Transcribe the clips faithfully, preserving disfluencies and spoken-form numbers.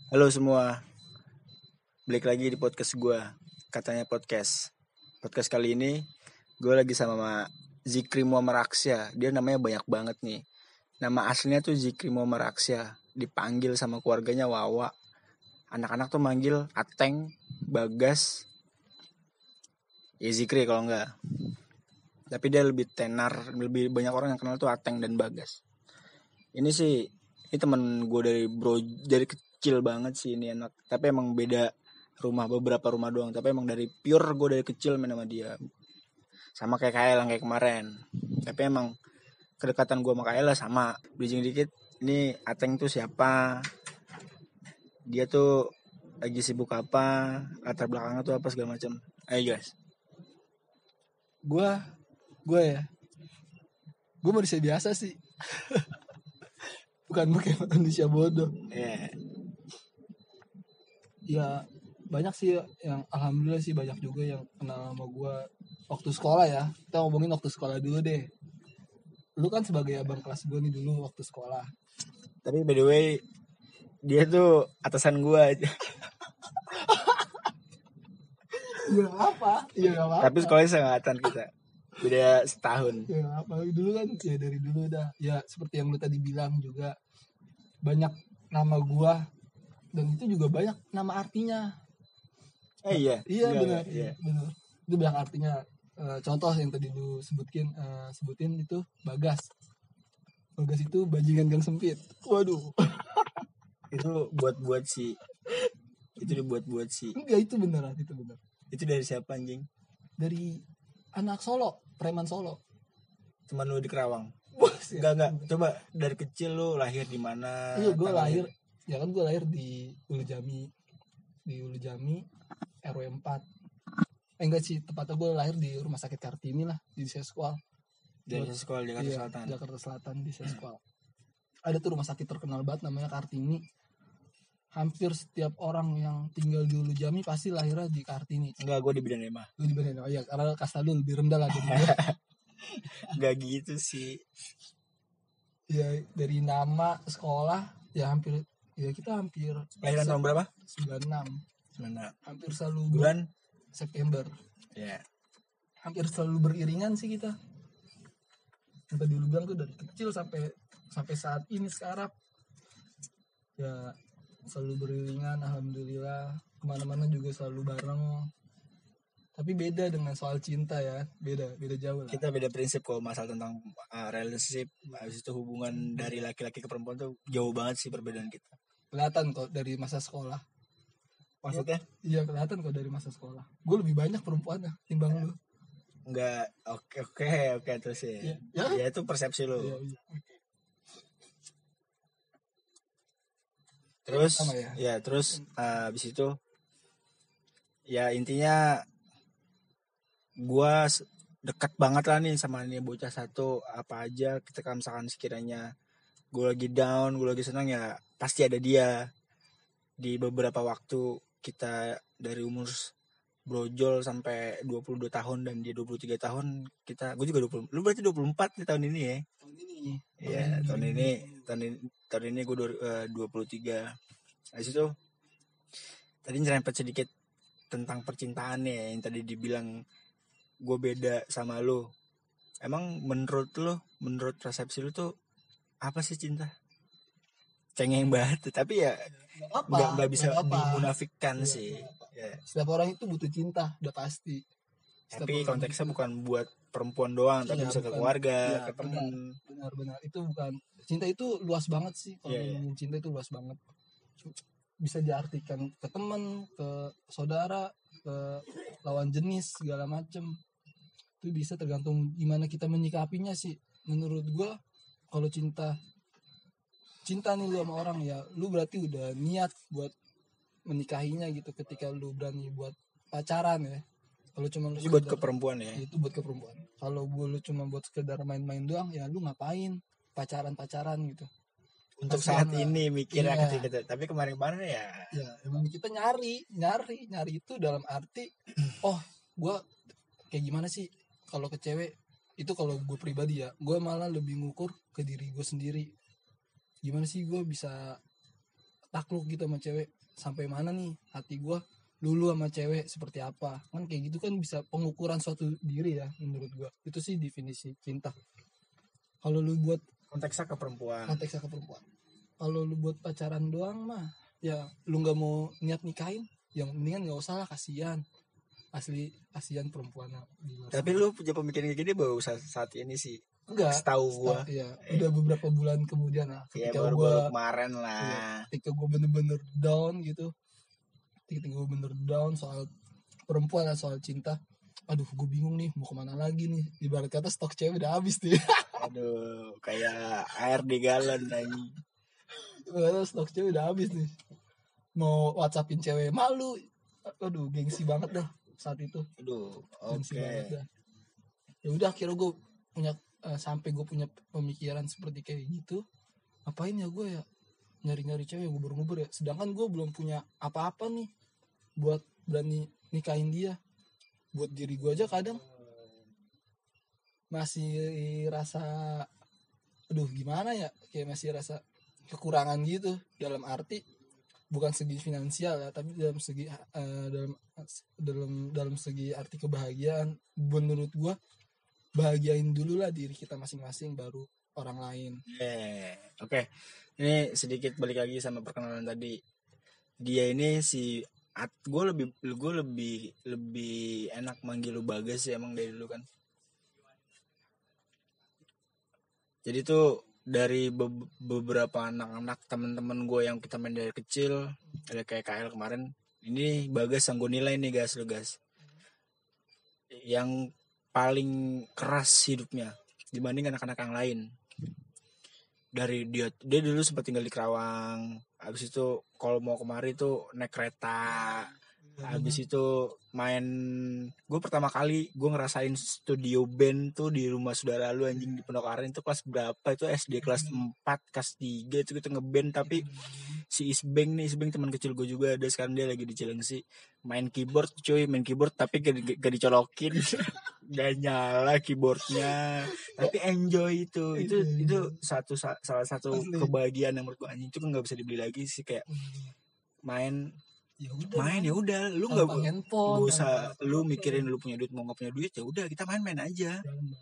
Halo semua, balik lagi di podcast gue. Katanya podcast. Podcast kali ini gue lagi sama Zikri Muhammad Aksya. Dia namanya banyak banget nih. Nama aslinya tuh Zikri Muhammad Aksya. Dipanggil sama keluarganya Wawa. Anak-anak tuh manggil Ateng, Bagas, ya Zikri kalau enggak. Tapi dia lebih tenar, lebih banyak orang yang kenal tuh Ateng dan Bagas. Ini sih, ini temen gue dari bro dari kecil banget sih ini anak. Tapi emang beda rumah, beberapa rumah doang. Tapi emang dari pure gue dari kecil main sama dia. Sama kayak Kael yang kayak kemarin. Tapi emang kedekatan gue sama Kael sama. Bridging dikit, ini Ateng tuh siapa? Dia tuh lagi sibuk apa? Latar belakangnya tuh apa segala macam. Ayo guys. Gue, gue ya, gue manusia biasa sih. Bukan bukan manusia bodoh. Yeah. Ya banyak sih yang alhamdulillah sih banyak juga yang kenal sama gue waktu sekolah ya. Kita ngomongin waktu sekolah dulu deh. Lu kan sebagai abang kelas gue nih dulu waktu sekolah. Tapi by the way, dia tuh atasan gue aja. Iya apa? Iya apa? Tapi sekolahnya seangkatan kita. Beda setahun. Ya apa? Dulu kan ya dari dulu dah. Ya seperti yang lu tadi bilang juga banyak nama gue dan itu juga banyak nama artinya. Eh iya. Iya Enggak, benar, iya. benar. Itu banyak artinya. E, contoh yang tadi lu sebutkin, e, sebutin itu Bagas. Bagas itu bajingan gang sempit. Waduh. Itu buat-buat sih. Itu dibuat-buat sih. Enggak, itu beneran, itu bener. Itu dari siapa anjing? Dari anak Solo, preman Solo. Teman lu di Kerawang. Bos, ya. Enggak enggak. Coba dari kecil lu lahir di mana? Iya, gue Tanggal- lahir. Ya kan gue lahir di Ulu Jami. Di Ulu Jami R W empat. Eh enggak sih, tepatnya gue lahir di Rumah Sakit Kartini lah, di Seskual. Dari sekolah di Jakarta Iya, Selatan. Jakarta Selatan di Seskual. Ada tuh rumah sakit terkenal banget namanya Kartini. Hampir setiap orang yang tinggal di Ulu Jami pasti lahirnya di Kartini. Enggak, gue di Bidan Lima. Lu di mana? Oh iya, karena kasta lu lebih rendah lah dari gue. Enggak gitu sih. Ya dari nama sekolah ya hampir ya kita hampir Lahiran tahun berapa? sembilan puluh enam. Sembilan. Hampir selalu Bulan? September. Ya. Hampir selalu beriringan sih kita. Yang tadi lu bilang tuh dari kecil sampai sampai saat ini sekarang ya selalu beriringan, alhamdulillah. Kemana-mana juga selalu bareng. Tapi beda dengan soal cinta ya, beda beda jauh lah. Kita beda prinsip kalau masalah tentang uh, relationship, habis itu hubungan dari laki-laki ke perempuan tuh jauh banget sih perbedaan kita. Kelihatan kok dari masa sekolah. Maksudnya? Iya kelihatan kok dari masa sekolah. Gue lebih banyak perempuan ya timbang lu. Enggak, oke oke oke terus ya. Iya. Ya? Ya itu persepsi lo. Iya, iya. Terus Sama ya? ya terus uh, habis itu ya intinya gua s- dekat banget lah nih sama nih bocah satu. Apa aja kita kalau misalkan sekiranya gue lagi down, gue lagi senang ya pasti ada dia. Di beberapa waktu kita dari umur brojol sampai dua puluh dua tahun dan dia dua puluh tiga tahun, kita gue juga dua puluh. Lu berarti dua puluh empat di tahun ini ya? Tahun ini. Iya, tahun ini tahun ini tahun ini gue dua puluh tiga. Habis itu tadi nyerempet sedikit tentang percintaan ya, yang tadi dibilang gue beda sama lu. Emang menurut lu, menurut persepsi lu tuh apa sih cinta? Cengeng banget, tapi ya Nggak apa, nggak nggak bisa nggak apa. dimunafikkan Iya, sih. nggak apa. Ya. Setiap orang itu butuh cinta, udah pasti. Setiap Tapi orang konteksnya butuh- bukan buat perempuan doang, tapi Iya, bisa ke bukan. keluarga, Iya, ke temen. benar-benar itu bukan cinta, itu luas banget sih. Kalau Iya, iya. ngomongin cinta itu luas banget. Bisa diartikan ke teman, ke saudara, ke lawan jenis segala macem. Itu bisa tergantung gimana kita menyikapinya sih. Menurut gua kalau cinta cinta nih lu sama orang ya, lu berarti udah niat buat menikahinya gitu. Ketika lu berani buat pacaran ya. Kalau cuma lu Ini buat ke sekedar- perempuan ya. itu buat ke perempuan. Kalau gua lu cuma buat sekedar main-main doang ya lu ngapain pacaran-pacaran gitu. Untuk Kasihan saat lah. ini mikirnya Iya. ketika tapi kemarin-kemarin ya Ya emang kita nyari nyari nyari itu dalam arti oh gua kayak gimana sih kalau ke cewek itu. Kalau gue pribadi ya gue malah lebih ngukur ke diri gue sendiri, gimana sih gue bisa takluk gitu sama cewek, sampai mana nih hati gue dulu sama cewek seperti apa kan, kayak gitu kan bisa pengukuran suatu diri ya menurut gue. Itu sih definisi cinta. Kalau lu buat konteksnya ke perempuan. konteksnya ke perempuan, kalau lu buat pacaran doang mah ya lu nggak mau niat nikahin, yang mendingan nggak usah lah, kasihan asli, kasihan perempuan. Tapi lu punya pemikiran kayak gini baru saat, saat ini sih. Enggak, setahu gua ya udah beberapa bulan kemudian lah, ya ketika baru gua baru kemarin lah ya, ketika gue bener-bener down gitu, ketika gue bener down soal perempuan dan soal cinta, aduh gue bingung nih mau kemana lagi nih, ibarat kata stok cewek udah habis nih. Aduh, kayak air di galon lagi. Ibarat stok cewek udah habis nih, mau whatsappin cewek malu, aduh gengsi banget dah saat itu. Aduh, gengsi oke. banget dah. Ya udah akhirnya gue punya uh, sampai gue punya pemikiran seperti kayak gitu, ngapain ya gue ya nyari-nyari cewek ngubur-ngubur ya, sedangkan gue belum punya apa-apa nih buat berani nikahin dia. Buat diri gue aja kadang masih rasa aduh gimana ya, kayak masih rasa kekurangan gitu, dalam arti bukan segi finansial ya, tapi dalam segi uh, dalam dalam dalam segi arti kebahagiaan. Menurut gue bahagiain dulu lah diri kita masing-masing baru orang lain. Yeah. Oke, okay. Ini sedikit balik lagi sama perkenalan tadi. Dia ini si at gue lebih gue lebih lebih enak manggil lu Bagas sih emang dari dulu kan. Jadi tuh dari be- beberapa anak-anak teman-teman gue yang kita main dari kecil, ada kayak K L kemarin, ini Bagas yang gue nilai nih guys, lu guys, yang paling keras hidupnya dibanding anak-anak yang lain. Dari dia dia dulu sempat tinggal di Kerawang, habis itu kalau mau kemari tuh naik kereta, habis itu main. Gue pertama kali gue ngerasain studio band tuh di rumah saudara lu anjing, di Pondok Aren. Itu kelas berapa, itu S D kelas empat kelas tiga itu kita ngeband. Tapi si Isbeng nih, Isbeng teman kecil gue juga, ada sekarang dia lagi di Cilengsi, main keyboard cuy, main keyboard tapi gak, gak, gak dicolokin. Gak nyala keyboardnya, tapi enjoy itu. Itu itu satu salah satu kebahagiaan yang menurut gue anjing, itu kan nggak bisa dibeli lagi sih. Kayak main ya udah main ya udah, lu nggak handphone, gak usah lu mikirin lu punya duit mau nggak punya duit, ya udah kita main-main aja,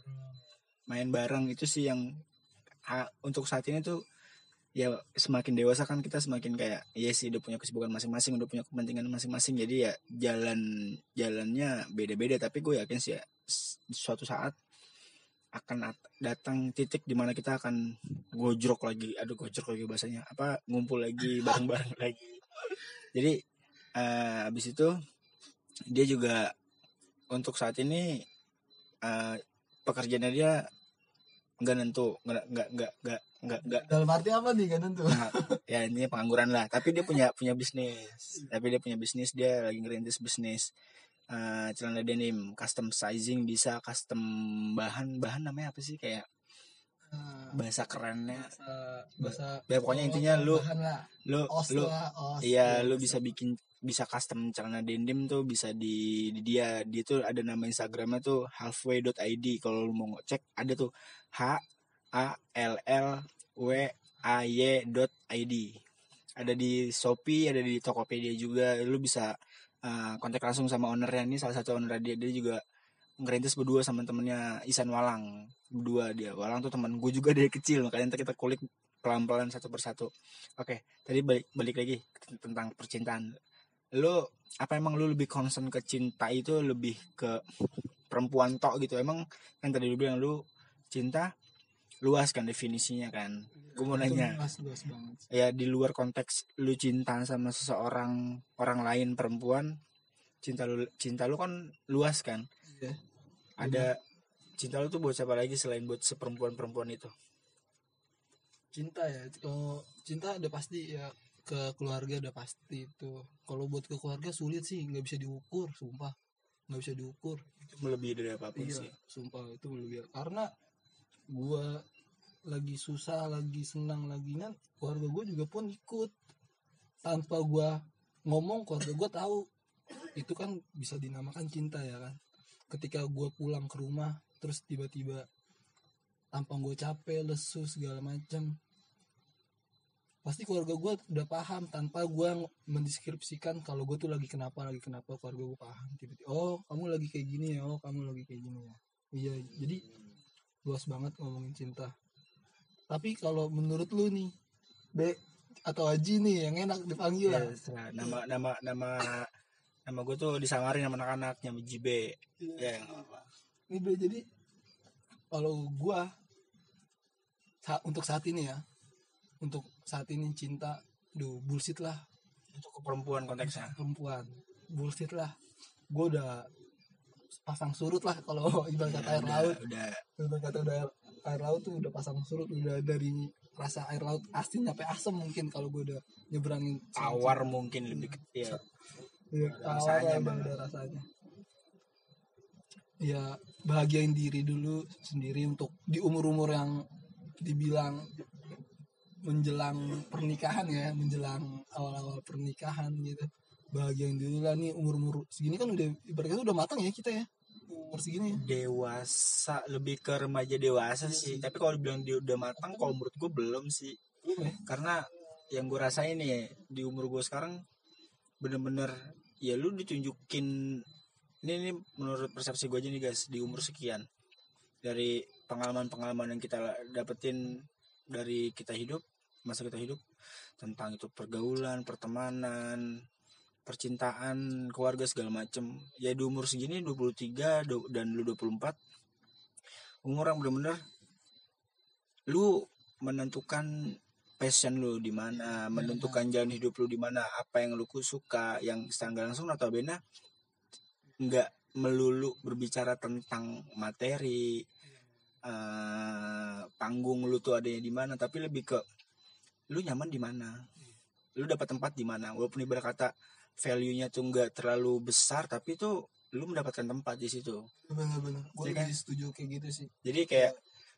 main bareng. Itu sih yang ha, untuk saat ini tuh ya semakin dewasa kan kita semakin kayak ya sih udah punya kesibukan masing-masing, udah punya kepentingan masing-masing, jadi ya jalan jalannya beda-beda. Tapi gue yakin sih ya suatu saat akan datang titik dimana kita akan gojrok lagi, aduh gojrok lagi bahasanya apa, ngumpul lagi bareng-bareng lagi. Jadi uh, abis itu dia juga untuk saat ini uh, pekerjaannya dia nggak nentu, nggak nggak nggak nggak nggak nggak dalam arti apa nih kan tentu. Nah, ya ini pengangguran lah, tapi dia punya punya bisnis, tapi dia punya bisnis, dia lagi ngerintis bisnis uh, celana denim, custom sizing, bisa custom bahan bahan namanya apa sih, kayak bahasa kerennya, bahasa, bahasa pokoknya oh, intinya lu lu os lu iya lu bisa bikin, bisa custom celana denim tuh bisa di, di dia dia tuh ada nama Instagramnya tuh halfway dot i d. Kalau lu mau cek ada tuh H A L L W A Y dot i d, ada di Shopee, ada di Tokopedia juga. Lu bisa uh, kontak langsung sama ownernya, ini salah satu owner dia. Dia juga ngerintis berdua sama temennya Isan Walang, berdua dia. Walang tuh teman gue juga dari kecil, makanya nanti kita kulik pelan-pelan satu persatu. Oke, tadi balik balik lagi tentang percintaan. Lu apa emang lu lebih concern ke cinta itu lebih ke perempuan tok gitu? Emang kan tadi lu bilang lu cinta luas kan definisinya kan. Gue mau nanya, luas, luas banget. Ya di luar konteks lu cinta sama seseorang orang lain perempuan, cinta lu cinta lu kan luas kan. Iya. Ada cinta lu tuh buat siapa lagi selain buat seperempuan-perempuan itu? Cinta ya, kalau cinta udah pasti ya ke keluarga, udah pasti itu. Kalau buat ke keluarga sulit sih, nggak bisa diukur, sumpah nggak bisa diukur. Itu melebihi dari apapun iya, sih. Sumpah itu melebihi. Karena gue lagi susah, lagi senang, lagi kan keluarga gue juga pun ikut. Tanpa gue ngomong keluarga gue tahu. Itu kan bisa dinamakan cinta ya kan. Ketika gue pulang ke rumah terus tiba-tiba tampang gue capek, lesu segala macam, pasti keluarga gue udah paham tanpa gue mendeskripsikan kalau gue tuh lagi kenapa lagi kenapa keluarga gue paham tiba-tiba, oh kamu lagi kayak gini ya, oh kamu lagi kayak gini ya. Iya, jadi luas banget ngomongin cinta. Tapi kalau menurut lu nih, B atau Haji nih yang enak dipanggil lah. Ya, nama nama nama nama gue tuh disamarin sama anak-anaknya J B. Ya, nggak apa-apa. Ini B, jadi kalau gue sa- untuk saat ini ya, untuk saat ini cinta, duh bullshit lah. Untuk ke perempuan konteksnya. Perempuan, bullshit lah. Gue udah pasang surut lah kalau ibarat kata air udah, laut. Udah. Ibarat kata udah air, air laut tuh udah pasang surut, udah dari rasa air laut asin sampai asam mungkin kalau gue udah nyeberangin. Tawar mungkin lebih kecil. Ya, tawar rasanya udah ada rasanya. Ya bahagiain diri dulu sendiri untuk di umur-umur yang dibilang menjelang pernikahan ya, menjelang awal-awal pernikahan gitu. Bahagiain dulu lah nih umur-umur segini kan udah ibaratnya udah matang ya kita ya. Umur segini ya. Dewasa, lebih ke remaja dewasa sih. Tapi kalau dibilang dia udah matang, kalau menurut gue belum sih. Belum ya? Karena yang gue rasain nih di umur gue sekarang bener-bener ya lu ditunjukin ini, ini menurut persepsi gue aja nih guys, di umur sekian dari pengalaman-pengalaman yang kita dapetin dari kita hidup, masa kita hidup, tentang itu pergaulan, pertemanan, percintaan, keluarga segala macem. Ya di umur segini dua puluh tiga dan lu dua puluh empat, umur yang bener-bener lu menentukan passion lu di mana, menentukan jalan hidup lu di mana, apa yang lu suka, yang secara langsung atau bena nggak melulu berbicara tentang materi, uh, panggung lu tuh adanya di mana, tapi lebih ke lu nyaman di mana, lu dapat tempat di mana. Walaupun ibarat kata value-nya tuh nggak terlalu besar, tapi tuh lu mendapatkan tempat di situ. Benar-benar, gue kan? setuju kayak gitu sih. Jadi kayak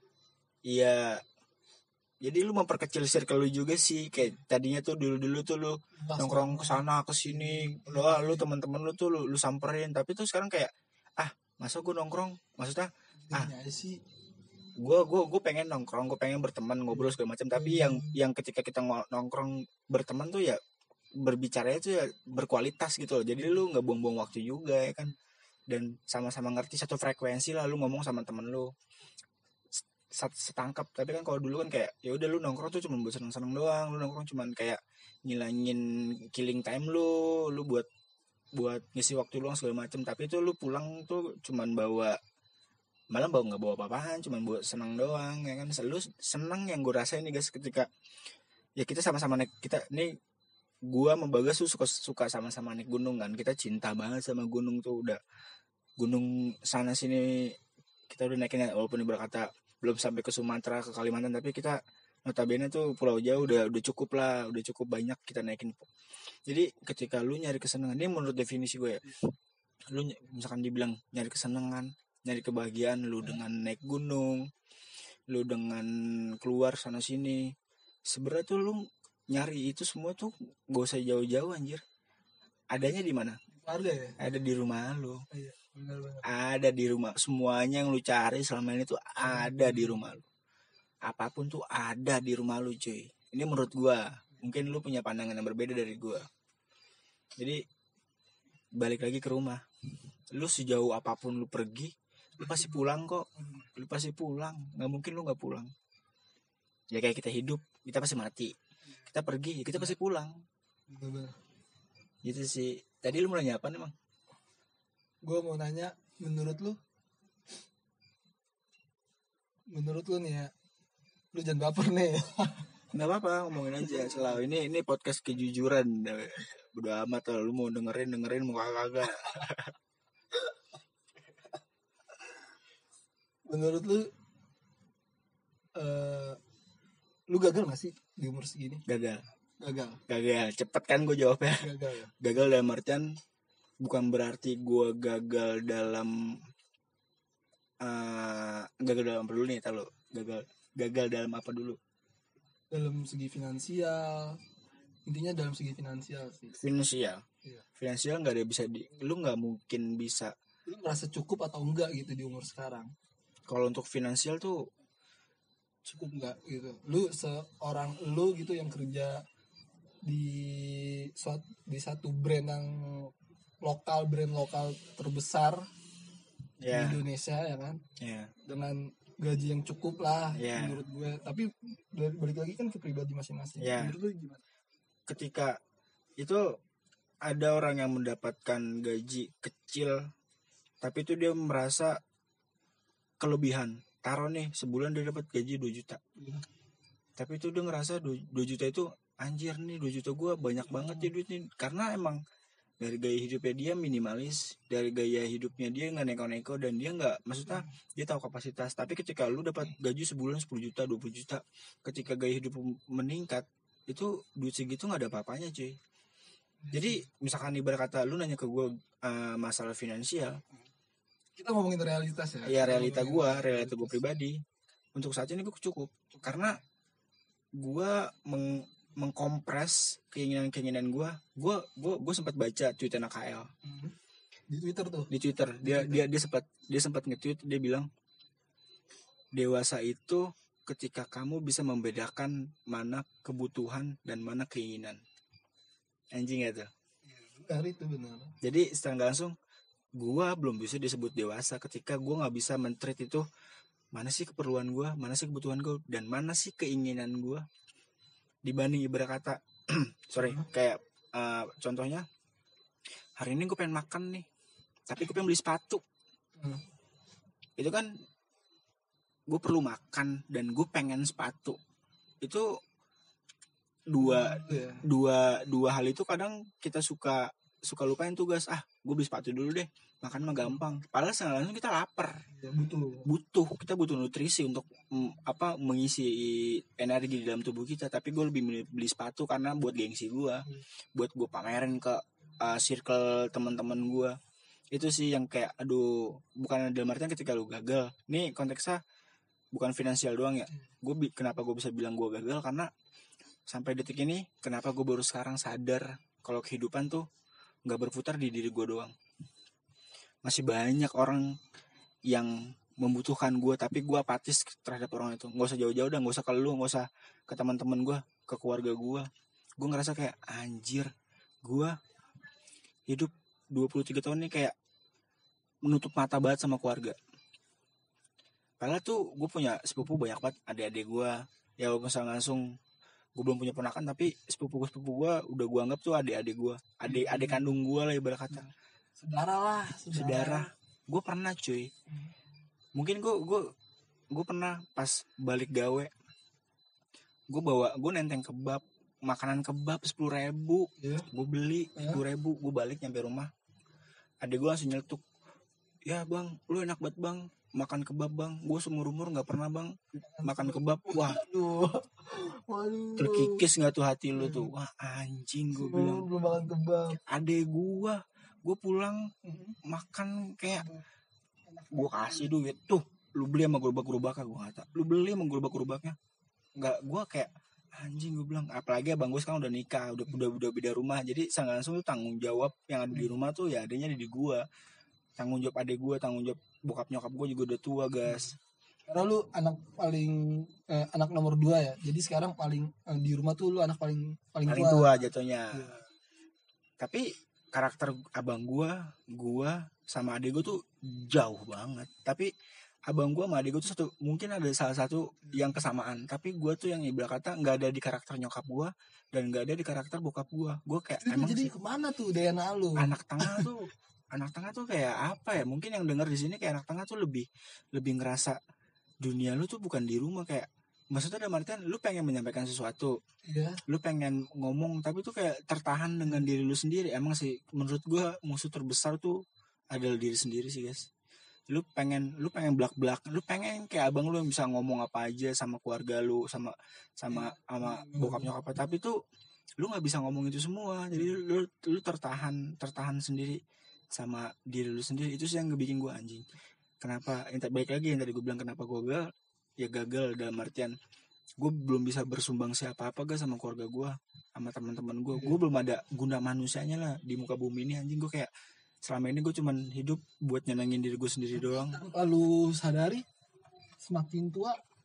ya, jadi lu memperkecil circle lu juga sih. Kayak tadinya tuh dulu-dulu tuh lu Pas nongkrong kesana kesini, lu lu teman-teman lu tuh lu, lu samperin. Tapi tuh sekarang kayak ah masa gue nongkrong, maksudnya ah sih gue gue gue pengen nongkrong, gue pengen berteman ngobrol segala macam. Tapi yang yang ketika kita nongkrong berteman tuh ya berbicaranya tuh ya berkualitas gitu loh. Jadi lu nggak buang-buang waktu juga ya kan. Dan sama-sama ngerti satu frekuensi lah lu ngomong sama temen lu setangkap. Tapi kan kalau dulu kan kayak ya udah lu nongkrong tuh cuma buat seneng-seneng doang, lu nongkrong cuma kayak ngilangin killing time lu, lu buat buat ngisi waktu luang segala macem. Tapi itu lu pulang tuh cuma bawa, malah bawa nggak bawa apa-apaan, cuma buat seneng doang ya kan. Lu seneng yang gue rasain nih guys, ketika ya kita sama-sama naik, kita nih gua sama Bagas tuh suka suka sama-sama naik gunung kan, kita cinta banget sama gunung tuh. Udah gunung sana sini kita udah naikin, walaupun berkata belum sampai ke Sumatera, ke Kalimantan, tapi kita notabene tuh pulau jauh udah udah cukup lah, udah cukup banyak kita naikin. Jadi ketika lu nyari kesenangan, ini menurut definisi gue ya, lu misalkan dibilang nyari kesenangan, nyari kebahagiaan lu dengan naik gunung, lu dengan keluar sana sini, sebenarnya tuh lu nyari itu semua tuh gak usah jauh-jauh anjir. Adanya di mana? Ada ya? Ada di rumah lu. Iya, benar-benar. Ada di rumah. Semuanya yang lu cari selama ini tuh ada di rumah lu. Apapun tuh ada di rumah lu cuy. Ini menurut gua. Mungkin lu punya pandangan yang berbeda dari gua. Jadi balik lagi ke rumah. Lu sejauh apapun lu pergi, lu pasti pulang kok. Lu pasti pulang. Gak mungkin lu gak pulang. Ya kayak kita hidup, kita pasti mati. Kita pergi, ya kita pasti pulang. Benar-benar. Gitu sih. Tadi lu mau nanya apa nih, Mang? Gue mau nanya, menurut lu menurut lu nih ya, lu jangan baper nih. Nggak apa-apa, ngomongin aja. Selalu ini ini podcast kejujuran. Bodo amat lah, lu mau dengerin dengerin mau kagak. Menurut lu uh, lu gagal gak sih di umur segini? Gagal. Gagal. Gagal. Cepet kan gue jawabnya. Gagal. Ya? Gagal dalam artian bukan berarti gue gagal dalam uh, gagal dalam apa dulu nih, tahu? Gagal gagal dalam apa dulu? Dalam segi finansial. Intinya dalam segi finansial sih. Finansial. Iya. Finansial nggak ada bisa di, lu nggak mungkin bisa. Lu merasa cukup atau enggak gitu di umur sekarang? Kalau untuk finansial tuh cukup nggak gitu. Lu seorang lu gitu yang kerja di suat, di satu brand yang lokal, brand lokal terbesar Ya, di Indonesia ya kan, ya, dengan gaji yang cukup lah ya. menurut gue. Tapi balik balik lagi kan ke pribadi masing-masing. Ya. Menurut lu gimana? Ketika itu ada orang yang mendapatkan gaji kecil, tapi itu dia merasa kelebihan. Taruh nih sebulan dia dapat gaji dua juta. Iya. Tapi itu dia ngerasa dua juta itu anjir nih, dua juta gue banyak banget ya duitnya. Karena emang dari gaya hidupnya dia minimalis, dari gaya hidupnya dia nggak neko-neko, dan dia nggak, maksudnya dia tahu kapasitas. Tapi ketika lu dapat gaji sebulan sepuluh juta, dua puluh juta, ketika gaya hidup meningkat, itu duit segitu nggak ada apa-apanya cuy. Jadi misalkan ibarat kata lu nanya ke gue uh, masalah finansial, kita ngomongin realitas ya. ya realita gue, realita gue pribadi, untuk saat ini gue cukup. Karena gue meng mengkompres keinginan-keinginan gue. Gue gue gue sempat baca tweet anak K L hmm. di Twitter tuh. Di Twitter dia Twitter. dia dia sempat dia sempat nge-tweet, dia bilang dewasa itu ketika kamu bisa membedakan mana kebutuhan dan mana keinginan. Anjing ya tuh. Benar, itu benar. Jadi secara nggak langsung gue belum bisa disebut dewasa ketika gue nggak bisa men-treat itu mana sih keperluan gue, mana sih kebutuhan gue, dan mana sih keinginan gue. Dibanding ibarat kata sorry hmm. kayak uh, contohnya hari ini gue pengen makan nih, tapi gue pengen beli sepatu. hmm. Itu kan gue perlu makan dan gue pengen sepatu. Itu dua hmm, yeah. dua dua hal itu kadang kita suka suka lupain tugas. Ah gue beli sepatu dulu deh, makan mah gampang. Padahal secara langsung kita lapar, ya, butuh butuh kita butuh nutrisi untuk mm, apa mengisi energi di dalam tubuh kita. Tapi gue lebih milih beli sepatu karena buat gengsi gue, hmm. buat gue pamerin ke uh, circle teman-teman gue. Itu sih yang kayak aduh, bukan dalam artian ketika lu gagal. Nih konteksnya bukan finansial doang ya. Gue kenapa gue bisa bilang gue gagal karena sampai detik ini kenapa gue baru sekarang sadar kalau kehidupan tuh nggak berputar di diri gue doang. Masih banyak orang yang membutuhkan gue, tapi gue apatis terhadap orang itu. Nggak usah jauh-jauh dah, nggak usah ke lu, nggak usah ke teman-teman gue, ke keluarga gue. Gue ngerasa kayak anjir, gue hidup dua puluh tiga tahun ini kayak menutup mata banget sama keluarga. Padahal tuh gue punya sepupu banyak banget, adik-adik gue. Ya walaupun misalnya langsung gue belum punya ponakan, tapi sepupu-sepupu gue udah gue anggap tuh adik-adik gue, adik-adik kandung gue lah ibarat kata. Saudara lah, saudara. Saudara. Gue pernah cuy. Mungkin gue gue gue pernah pas balik gawe, gue bawa gue nenteng kebab, makanan kebab sepuluh ribu, yeah. gue beli sepuluh ribu, gue balik nyampe rumah, adik gue langsung nyeletuk, ya bang, lu enak banget bang, makan kebab bang, gue seumur umur nggak pernah bang makan kebab. Wah, waduh, terkikis nggak tuh hati lu tuh, wah anjing gue bilang, belum makan kebab. Adek gue, gue pulang makan kayak, gue kasih duit tuh, lu beli sama gerobak-gerobaknya, gue kata, lu beli sama gerobak-gerobaknya, nggak, gue kayak anjing gue bilang, apalagi abang gue sekarang udah nikah, udah udah udah beda rumah, jadi sangat langsung tuh tanggung jawab yang ada di rumah tuh ya adanya di gue, tanggung jawab adek gue, tanggung jawab bokap nyokap gue juga udah tua guys. Karena lu anak paling eh, anak nomor dua ya, jadi sekarang paling eh, di rumah tuh lu anak paling paling, paling tua, tua jatuhnya. Ya. Tapi karakter abang gue, gue sama adik gue tuh jauh banget. Tapi abang gue sama adik gue tuh satu, mungkin ada salah satu yang kesamaan. Tapi gue tuh yang ibarat kata nggak ada di karakter nyokap gue dan nggak ada di karakter bokap gue. Gue kayak jadi, emang jadi sih, kemana tuh D N A lu? Anak tengah tuh, anak tengah tuh kayak apa ya? Mungkin yang denger di sini kayak anak tengah tuh lebih lebih ngerasa dunia lu tuh bukan di rumah, kayak maksudnya dalam artian lu pengen menyampaikan sesuatu, yeah. lu pengen ngomong tapi tuh kayak tertahan dengan diri lu sendiri. Emang sih menurut gue musuh terbesar tuh adalah diri sendiri sih guys. Lu pengen lu pengen belak-belak, lu pengen kayak abang lu yang bisa ngomong apa aja sama keluarga lu, sama sama sama bokap nyokap, tapi tuh lu nggak bisa ngomong itu semua. Jadi lu lu tertahan tertahan sendiri sama diri lu sendiri. Itu sih yang ngebikin gue anjing. Kenapa yang baik lagi yang tadi gue bilang kenapa gue gagal, ya gagal dalam artian gue belum bisa bersumbang siapa apa gak sama keluarga gue, sama teman-teman gue. Gue belum ada guna manusianya lah di muka bumi ini anjing. Gue kayak selama ini gue cuman hidup buat nyenengin diri gue sendiri doang. Tanpa lu sadari, semakin tua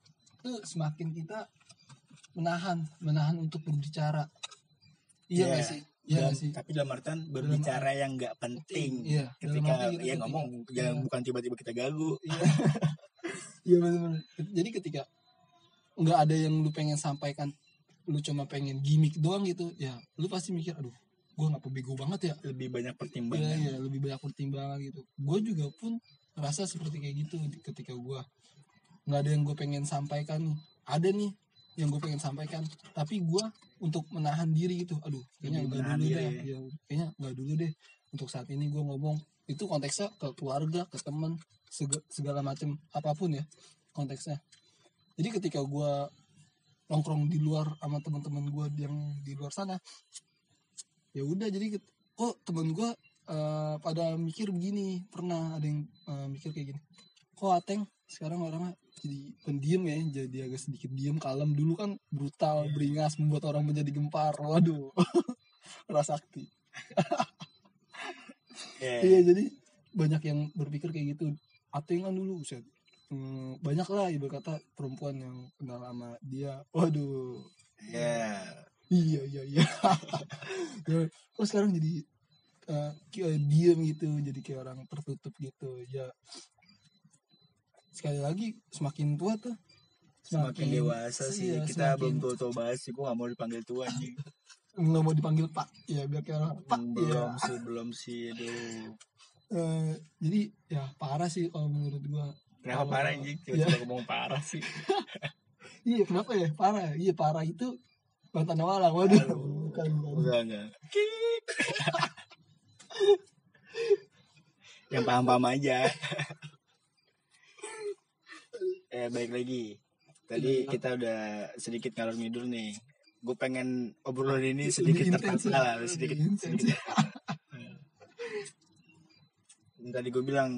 tuh semakin kita menahan menahan untuk berbicara. Iya nggak Iya. sih? Iya Dan, nggak sih? tapi dalam artian berbicara yang nggak penting. Iya. Dalam Ketika arti ya ketika- ngomong, iya. jangan bukan tiba-tiba kita gagu. Iya. Iya benar-benar. Jadi ketika nggak ada yang lu pengen sampaikan, lu cuma pengen gimmick doang gitu, ya lu pasti mikir, aduh, gue ngapa bego banget ya? Lebih banyak Iya, pertimbangan. iya, lebih banyak pertimbangan gitu. Gue juga pun ngerasa seperti kayak gitu ketika gue nggak ada yang gue pengen sampaikan nih. Ada nih yang gue pengen sampaikan, tapi gue untuk menahan diri gitu, aduh, kayaknya Lebih nggak menahan dulu diri. deh, ya, kayaknya nggak dulu deh. Untuk saat ini gue ngomong itu konteksnya ke keluarga, ke teman, seg- segala macam apapun ya konteksnya. Jadi ketika gue nongkrong di luar sama teman-teman gue yang di luar sana, ya udah jadi ket- kok temen gue eh, pada mikir begini, pernah ada yang eh, mikir kayak gini, kok Ateng sekarang orangnya jadi pendiam ya, jadi agak sedikit diem, kalem. Dulu kan brutal, beringas, membuat orang menjadi gempar. Waduh, rasakti. Iya. Iya, jadi banyak yang berpikir kayak gitu. Ateng kan dulu set, hmm, banyak lah ibarat kata perempuan yang kenal sama dia. Waduh, Iya. iya iya iya. Ya, kok sekarang jadi uh, kayak diem gitu, jadi kayak orang tertutup gitu ya. Sekali lagi semakin tua tuh Semakin dewasa sih. iya, Kita semakin belum tua-tua banget sih. Gue gak mau dipanggil tua anjing. nggak mau dipanggil pak ya, biar kayak orang pak Hmm, ya. belum sih, belum sih. Aduh. Eh, jadi ya parah sih kalau menurut gua. Kenapa Kalau- parah anjing? ya, Tiba-tiba ngomong parah sih. iya kenapa ya parah? Iya parah itu mantan walang. Waduh, Aduh. bukan, bukan. Enggak, enggak. Yang paham-paham aja. Eh, baik lagi. Tadi kita udah sedikit ngalor ngidul nih. Gue pengen obrolan ini sedikit Lebih intens tertata ya, lah, sedikit. lebih intens. sedikit. Yang tadi gue bilang,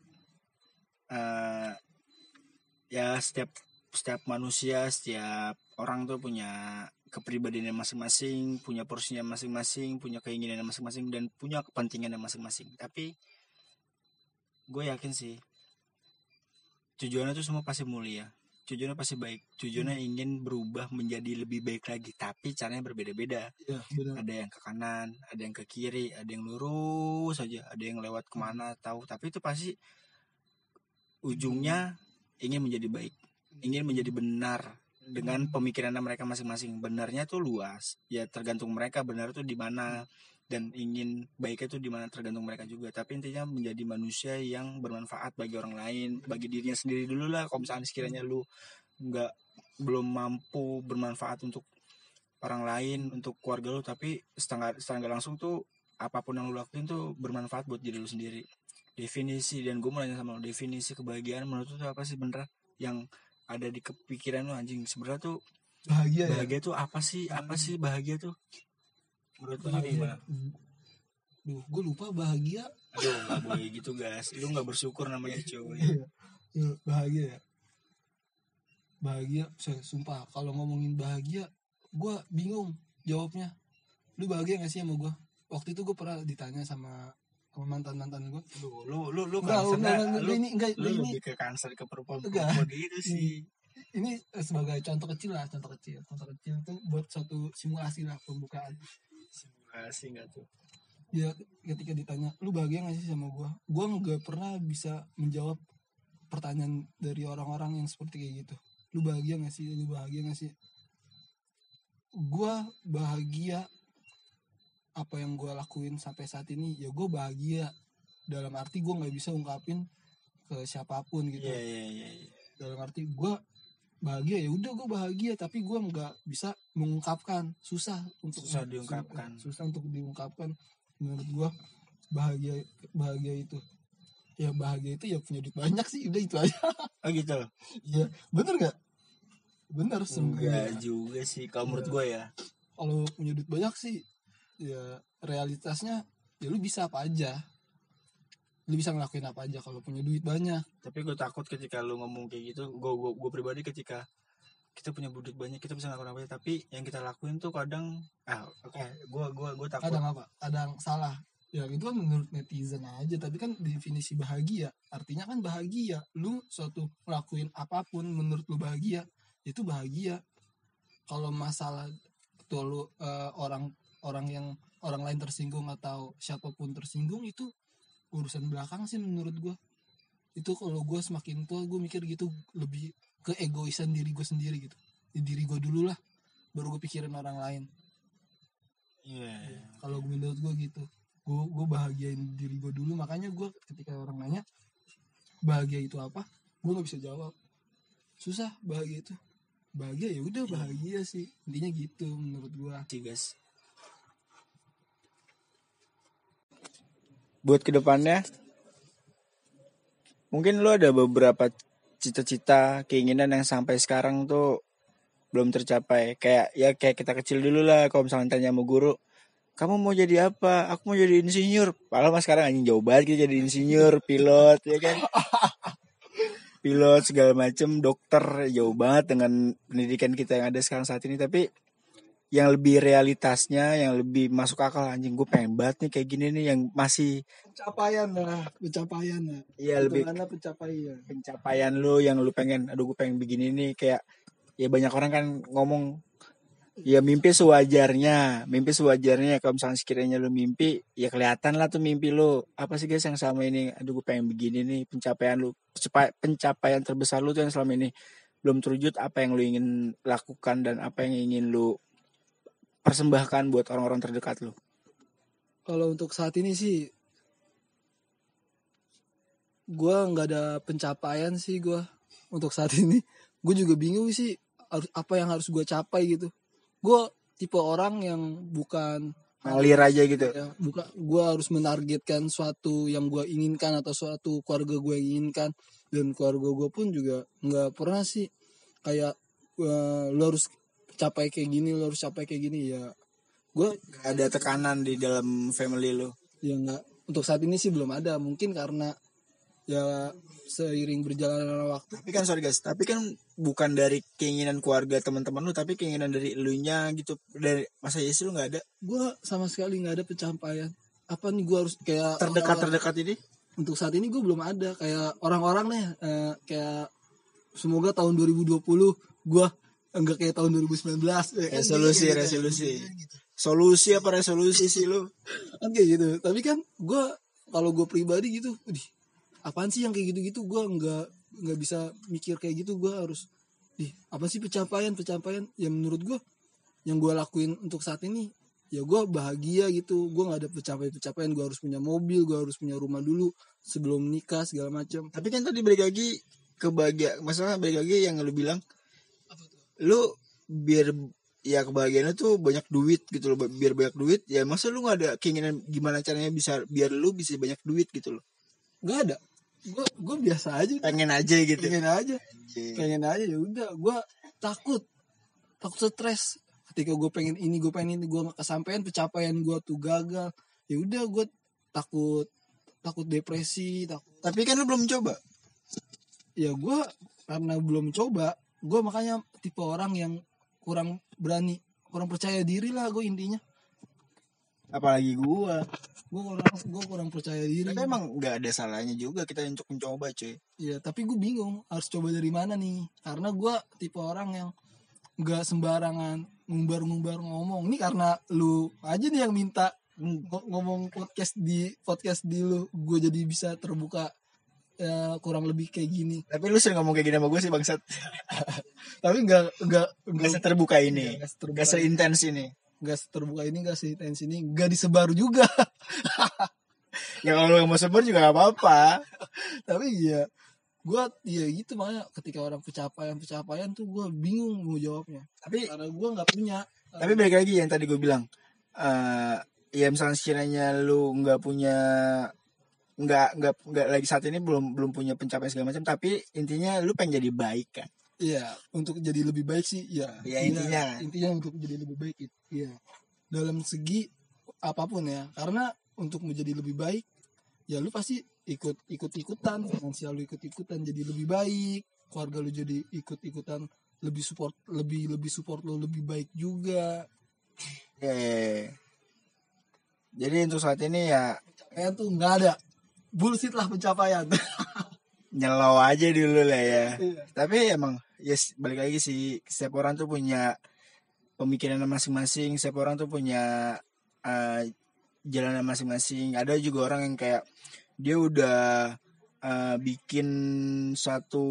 eh, ya setiap setiap manusia, setiap orang tuh punya kepribadiannya masing-masing, punya porsinya masing-masing, punya keinginannya masing-masing, dan punya kepentingannya masing-masing. Tapi gue yakin sih tujuannya tuh semua pasti mulia, tujuannya pasti baik, tujuannya ingin berubah menjadi lebih baik lagi, tapi caranya berbeda-beda. Iya benar. Ada yang ke kanan, ada yang ke kiri, ada yang lurus saja, ada yang lewat kemana tahu, tapi itu pasti ujungnya ingin menjadi baik, ingin menjadi benar dengan pemikirannya mereka masing-masing. Benarnya tuh luas, ya tergantung mereka benar tuh di mana, dan ingin baiknya tuh di mana tergantung mereka juga. Tapi intinya menjadi manusia yang bermanfaat bagi orang lain, bagi dirinya sendiri dulu lah. Kalau misalnya sekiranya lu nggak belum mampu bermanfaat untuk orang lain, untuk keluarga lu, tapi setengah setengah langsung tuh apapun yang lu lakuin tuh bermanfaat buat diri lu sendiri. Definisi, dan gue mau nanya sama lu, definisi kebahagiaan menurut lu tuh apa sih bener yang ada di kepikiran lu anjing? Sebenarnya tuh Bahagia, bahagia ya. tuh apa sih? Apa sih bahagia tuh? Menurut lu Bahagia. gimana? Duh, gue lupa bahagia. Aduh, nggak boleh gitu guys. Lu nggak bersyukur namanya cuy. Iya, iya, bahagia ya. Bahagia, saya sumpah kalau ngomongin bahagia, gue bingung jawabnya. Lu bahagia gak sih sama gue? Waktu itu gue pernah ditanya sama sama mantan mantan gue. Lu lu lu lu Enggak, cancer enggak, nggak? enggak, Lu ini enggak, lu ini lebih ke cancer ke perempuan Enggak. perempuan gitu sih. ini sebagai contoh kecil lah, contoh kecil, contoh kecil itu buat suatu simulasi lah, pembukaan. Simulasi nggak tuh? Dia ketika ditanya, lu bahagia gak sih sama gue? Gue nggak pernah bisa menjawab pertanyaan dari orang-orang yang seperti kayak gitu. Lu bahagia gak sih? Lu bahagia gak sih? Gue bahagia apa yang gue lakuin sampai saat ini, ya gue bahagia. Dalam arti gue nggak bisa ungkapin ke siapapun gitu. Iya iya iya. iya. Dalam arti gue bahagia, ya udah gue bahagia, tapi gue nggak bisa mengungkapkan, susah untuk Susah diungkapkan. susah untuk diungkapkan. Menurut gue bahagia bahagia itu ya bahagia itu ya punya duit banyak sih, udah itu aja. Oh gitu. Iya bener nggak? Bener Enggak sebenarnya. juga sih kalau menurut Iya. gue ya. Kalau punya duit banyak sih ya realitasnya ya lu bisa apa aja, lu bisa ngelakuin apa aja kalau punya duit banyak. Tapi gue takut ketika lu ngomong kayak gitu. Gue gue gue pribadi ketika kita punya duit banyak, kita bisa ngelakuin apa aja, tapi yang kita lakuin tuh kadang ah oke okay, gue gue gue takut. Kadang apa? Kadang salah. Ya itu kan menurut netizen aja, tapi kan definisi bahagia artinya kan bahagia lu suatu ngelakuin apapun menurut lu bahagia, itu bahagia. Kalau masalah tuh lu uh, orang orang yang orang lain tersinggung atau siapapun tersinggung itu urusan belakang sih menurut gue. Itu kalau gue semakin tua gue mikir gitu, lebih ke egoisan diri gue sendiri gitu. Di diri gue dulu lah, baru gue pikirin orang lain. Iya. Yeah. Kalau menurut gue gitu, gue gue bahagiain diri gue dulu. Makanya gue ketika orang nanya bahagia itu apa, gue nggak bisa jawab. Susah bahagia itu. Bahagia ya udah bahagia sih, intinya gitu menurut gue. Sih guys. Buat kedepannya, mungkin lo ada beberapa cita-cita, keinginan yang sampai sekarang tuh belum tercapai. Kayak ya kayak kita kecil dulu lah, kalau misalnya tanya sama guru, kamu mau jadi apa? Aku mau jadi insinyur. Padahal mas sekarang anjing jauh banget kita jadi insinyur, pilot, ya kan? Pilot segala macem, dokter, jauh banget dengan pendidikan kita yang ada sekarang saat ini. Tapi yang lebih realitasnya, yang lebih masuk akal, anjing gue pengen banget nih kayak gini nih, yang masih pencapaian lah, pencapaian lah. Iya, lebih mana pencapaian. Pencapaian lu yang lu pengen, aduh gue pengen begini nih. Kayak ya banyak orang kan ngomong, ya mimpi sewajarnya, mimpi sewajarnya. Kalau misalnya sekiranya lu mimpi, ya kelihatan lah tuh mimpi lu. Apa sih guys yang selama ini, aduh gue pengen begini nih, pencapaian lu, pencapaian terbesar lu tuh yang selama ini belum terwujud. Apa yang lu ingin lakukan dan apa yang ingin lu persembahkan buat orang-orang terdekat lu? Kalau untuk saat ini sih, gue nggak ada pencapaian sih gue untuk saat ini. Gue juga bingung sih harus apa yang harus gue capai gitu. Gue tipe orang yang bukan ngalir aja gitu ya, bukan gue harus menargetkan suatu yang gue inginkan atau suatu keluarga gue inginkan. Dan keluarga gue pun juga nggak pernah sih kayak uh, lo harus capai kayak gini, lo harus capai kayak gini. Ya gue gak ada tekanan di dalam family lo ya. Nggak, untuk saat ini sih belum ada. Mungkin karena ya seiring berjalannya waktu. Tapi kan sorry guys, tapi kan bukan dari keinginan keluarga teman-teman lu, tapi keinginan dari elunya gitu. Dari masa Yesi lu nggak ada? Gue sama sekali nggak ada pencapaian. Apa nih gue harus kayak terdekat terdekat ini? Untuk saat ini gue belum ada kayak orang-orang nih eh, kayak semoga tahun dua ribu dua puluh gue enggak kayak tahun dua ribu sembilan belas. Ya, resolusi kan, resolusi. Gitu. Solusi apa resolusi sih lu? Kan kayak gitu. Tapi kan gue kalau gue pribadi gitu, udih apaan sih yang kayak gitu-gitu, gue nggak nggak bisa mikir kayak gitu. Gue harus di apa sih pencapaian pencapaian yang menurut gue yang gue lakuin untuk saat ini ya gue bahagia gitu. Gue nggak ada pencapaian pencapaian gue harus punya mobil, gue harus punya rumah dulu sebelum nikah segala macam. Tapi kan tadi balik lagi ke bahagia, masalah balik lagi yang lu bilang apa tuh? Lu biar ya kebahagiaan lu tuh banyak duit gitu loh, biar banyak duit ya. Masa lu nggak ada keinginan gimana caranya bisa biar lu bisa banyak duit gitu loh? Nggak ada. Gue gue biasa aja, pengen aja gitu, pengen aja Anjir. pengen aja ya udah. Gue takut takut stres ketika gue pengen ini gue pengen ini, gue nggak kesampaian, pencapaian gue tuh gagal, ya udah gue takut takut depresi takut. Tapi kan lu belum coba. Ya gue karena belum coba, gue makanya tipe orang yang kurang berani, kurang percaya diri lah gue intinya. Apalagi gue gue kurang gue kurang percaya diri. Tapi emang nggak ada salahnya juga kita untuk mencoba cuy. Iya, tapi gue bingung harus coba dari mana nih, karena gue tipe orang yang nggak sembarangan ngumbar-ngumbar ngomong. Ini karena lu aja nih yang minta ng- ngomong podcast di podcast di lu, gue jadi bisa terbuka ya, kurang lebih kayak gini. Tapi lu sering ngomong kayak gini sama gue sih bangsat. Tapi nggak nggak nggak seterbuka ini, nggak seintens ini. Gak terbuka ini, gak seintens ini, gak disebar juga. Ya kalau lu mau sebar juga gak apa-apa. Tapi ya gue ya gitu, makanya ketika orang pencapaian pencapaian tuh gue bingung mau jawabnya. Tapi karena gue nggak punya. Tapi balik lagi yang tadi gue bilang, uh, ya misalnya sekiranya lu nggak punya, nggak nggak nggak lagi saat ini belum belum punya pencapaian segala macam, tapi intinya lu pengen jadi baik kan? Iya, untuk jadi lebih baik sih, ya. Ya intinya. Ya, intinya untuk jadi lebih baik itu, ya. Dalam segi apapun ya, karena untuk menjadi lebih baik, ya lu pasti ikut ikut ikutan, finansial lu ikut ikutan jadi lebih baik, keluarga lu jadi ikut ikutan lebih support, lebih lebih support lu lebih baik juga. Ya, ya, ya. Jadi untuk saat ini ya pencapaian tuh nggak ada, bullshit lah pencapaian. nyelau aja dulu lah ya. Iya. Tapi emang yes, balik lagi sih, setiap orang tuh punya pemikiran masing-masing, setiap orang tuh punya uh, jalan masing-masing. Ada juga orang yang kayak dia udah uh, bikin satu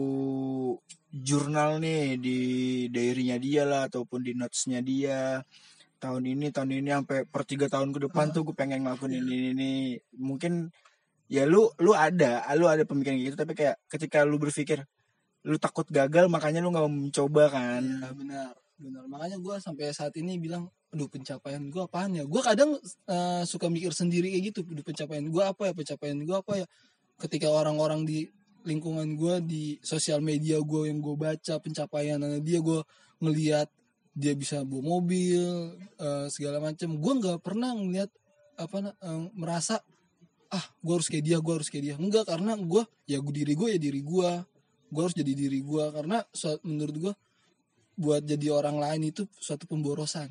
jurnal nih di diary-nya dia lah ataupun di notes-nya dia. Tahun ini tahun ini sampai per tiga tahun ke depan tuh gue pengen ngelakuin ini ini, ini. Mungkin ya lu lu ada lu ada pemikiran gitu, tapi kayak ketika lu berpikir lu takut gagal makanya lu nggak mau mencoba kan. Ya, benar benar makanya gue sampai saat ini bilang aduh pencapaian gue apaan ya. Gue kadang uh, suka mikir sendiri kayak gitu, aduh pencapaian gue apa ya pencapaian gue apa ya. Ketika orang-orang di lingkungan gue di sosial media gue yang gue baca pencapaian dia, gue ngelihat dia bisa bawa mobil uh, segala macam, gue nggak pernah ngelihat apa uh, merasa ah gue harus kayak dia gue harus kayak dia enggak, karena gue ya gue diri gue ya diri gue gue harus jadi diri gue, karena menurut gue buat jadi orang lain itu suatu pemborosan.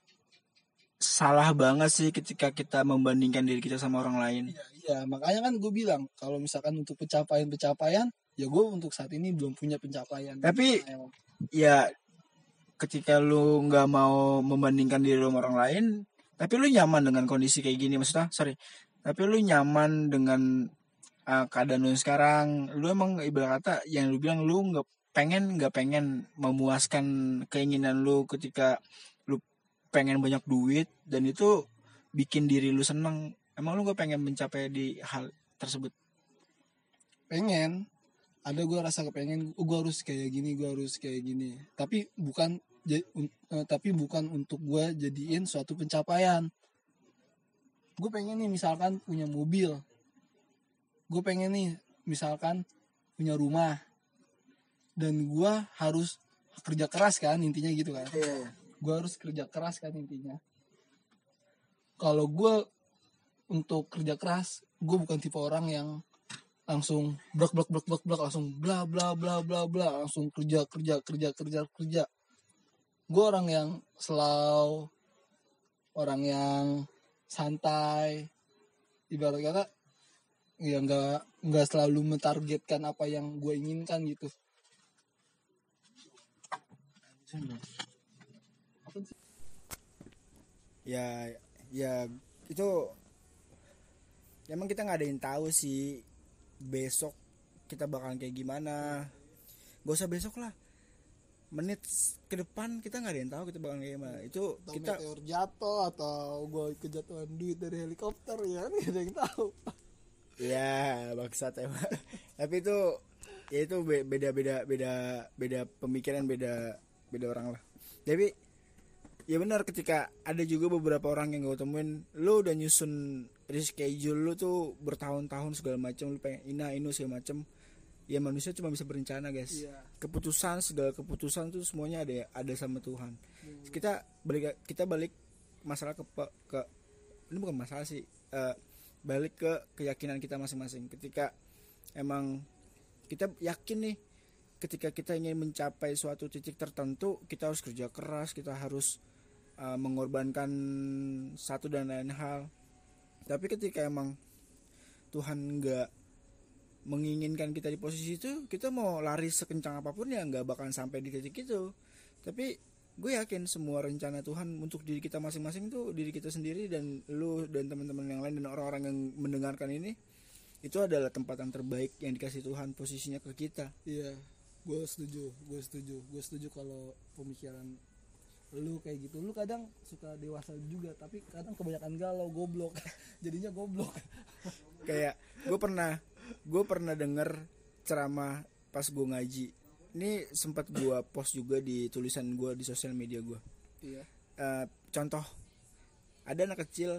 Salah banget sih ketika kita membandingkan diri kita sama orang lain. Iya, iya. Makanya kan gue bilang kalau misalkan untuk pencapaian-pencapaian ya gue untuk saat ini belum punya pencapaian. Tapi nah, ya ketika lu nggak mau membandingkan diri lu sama orang lain, tapi lu nyaman dengan kondisi kayak gini, maksudnya sorry tapi lu nyaman dengan uh, keadaan lu sekarang, lu emang ibarat kata yang lu bilang lu nggak pengen nggak pengen memuaskan keinginan lu ketika lu pengen banyak duit dan itu bikin diri lu seneng. Emang lu nggak pengen mencapai di hal tersebut? Pengen, ada gue rasa kepengen gue harus kayak gini gue harus kayak gini, tapi bukan uh, tapi bukan untuk gue jadiin suatu pencapaian. Gue pengen nih misalkan punya mobil, gue pengen nih misalkan punya rumah, dan gue harus kerja keras kan intinya gitu kan. Yeah. Gue harus kerja keras kan intinya. Kalau gue untuk kerja keras, gue bukan tipe orang yang langsung blok blok blok blok blok langsung bla bla bla bla bla langsung kerja kerja kerja kerja kerja. Gue orang yang slow, orang yang santai, ibarat kata ya nggak nggak selalu mentargetkan apa yang gue inginkan gitu. Ya ya itu emang kita nggak ada yang tahu sih besok kita bakalan kayak gimana. Gak usah besok lah, menit ke depan kita nggak ada yang tahu kita bakal kayak gimana. Itu atau kita meteor jatuh atau gue kejatuhan duit dari helikopter ya, nggak ada yang tahu. Ya bangsat emang. Tapi itu ya itu beda beda beda beda pemikiran, beda beda orang lah. Tapi ya benar, ketika ada juga beberapa orang yang gue temuin, lu udah nyusun reschedule lu tuh bertahun-tahun segala macam, lu pengen ina inu segala macam. Ya manusia cuma bisa berencana guys. Iya. Keputusan segala keputusan tuh semuanya ada ada sama Tuhan. Hmm. Kita balik kita balik masalah ke ke ini bukan masalah sih. Uh, balik ke keyakinan kita masing-masing. Ketika emang kita yakin nih, ketika kita ingin mencapai suatu titik tertentu, kita harus kerja keras, kita harus uh, mengorbankan satu dan lain hal. Tapi ketika emang Tuhan nggak menginginkan kita di posisi itu, kita mau lari sekencang apapun ya nggak bakalan sampai di titik itu. Tapi gue yakin semua rencana Tuhan untuk diri kita masing-masing tuh diri kita sendiri, dan lu dan teman-teman yang lain dan orang-orang yang mendengarkan ini, itu adalah tempat yang terbaik yang dikasih Tuhan posisinya ke kita. Iya, gue setuju, gue setuju, gue setuju kalau pemikiran lu kayak gitu. Lu kadang suka dewasa juga, tapi kadang kebanyakan galau, goblok. Jadinya goblok. Kayak gue pernah gue pernah denger ceramah pas gue ngaji. Ini sempat gue post juga di tulisan gue di sosial media gue. Iya. Uh, contoh, ada anak kecil,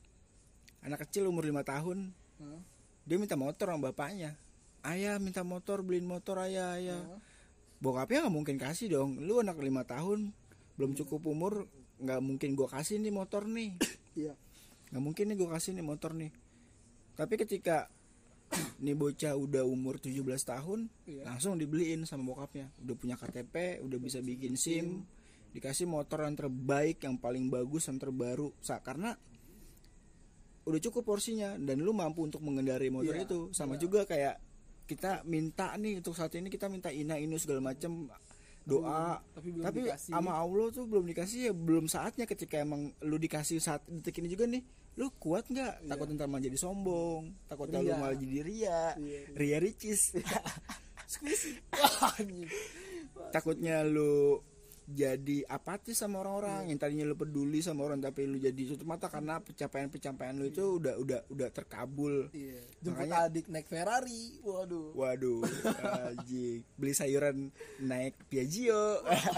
anak kecil umur lima tahun, hmm? dia minta motor sama bapaknya. Ayah minta motor, beliin motor ayah, ayah. Hmm? Bokapnya nggak mungkin kasih dong. Lu anak lima tahun, belum cukup umur, nggak mungkin gue kasih nih motor nih. Iya. Nggak mungkin nih gue kasih nih motor nih. Tapi ketika nih bocah udah umur tujuh belas tahun, iya, langsung dibeliin sama bokapnya. Udah punya K T P, udah bisa bikin SIM, dikasih motor yang terbaik, yang paling bagus, yang terbaru. Sa, karena udah cukup porsinya dan lu mampu untuk mengendarai motor, iya, itu. Sama iya. juga kayak kita minta nih untuk saat ini kita minta ina inu segala macam doa, tapi belum tapi dikasih. sama Allah tuh belum dikasih, ya belum saatnya. Ketika emang lu dikasih saat detik ini juga nih, lu kuat nggak? Takut Iya. ntar malah jadi sombong, takut lu Ria. malah jadi ria, Iya, ria ricis. Squeezy. Wah, anjing. Takutnya lu jadi apatis sama orang-orang. Yang tadinya lu peduli sama orang tapi lu jadi tutup mata karena pencapaian-pencapaian lu itu udah udah udah terkabul. Iya. Jemput Makanya- adik naik Ferrari. Waduh. Waduh, anjing. Beli sayuran naik Piaggio.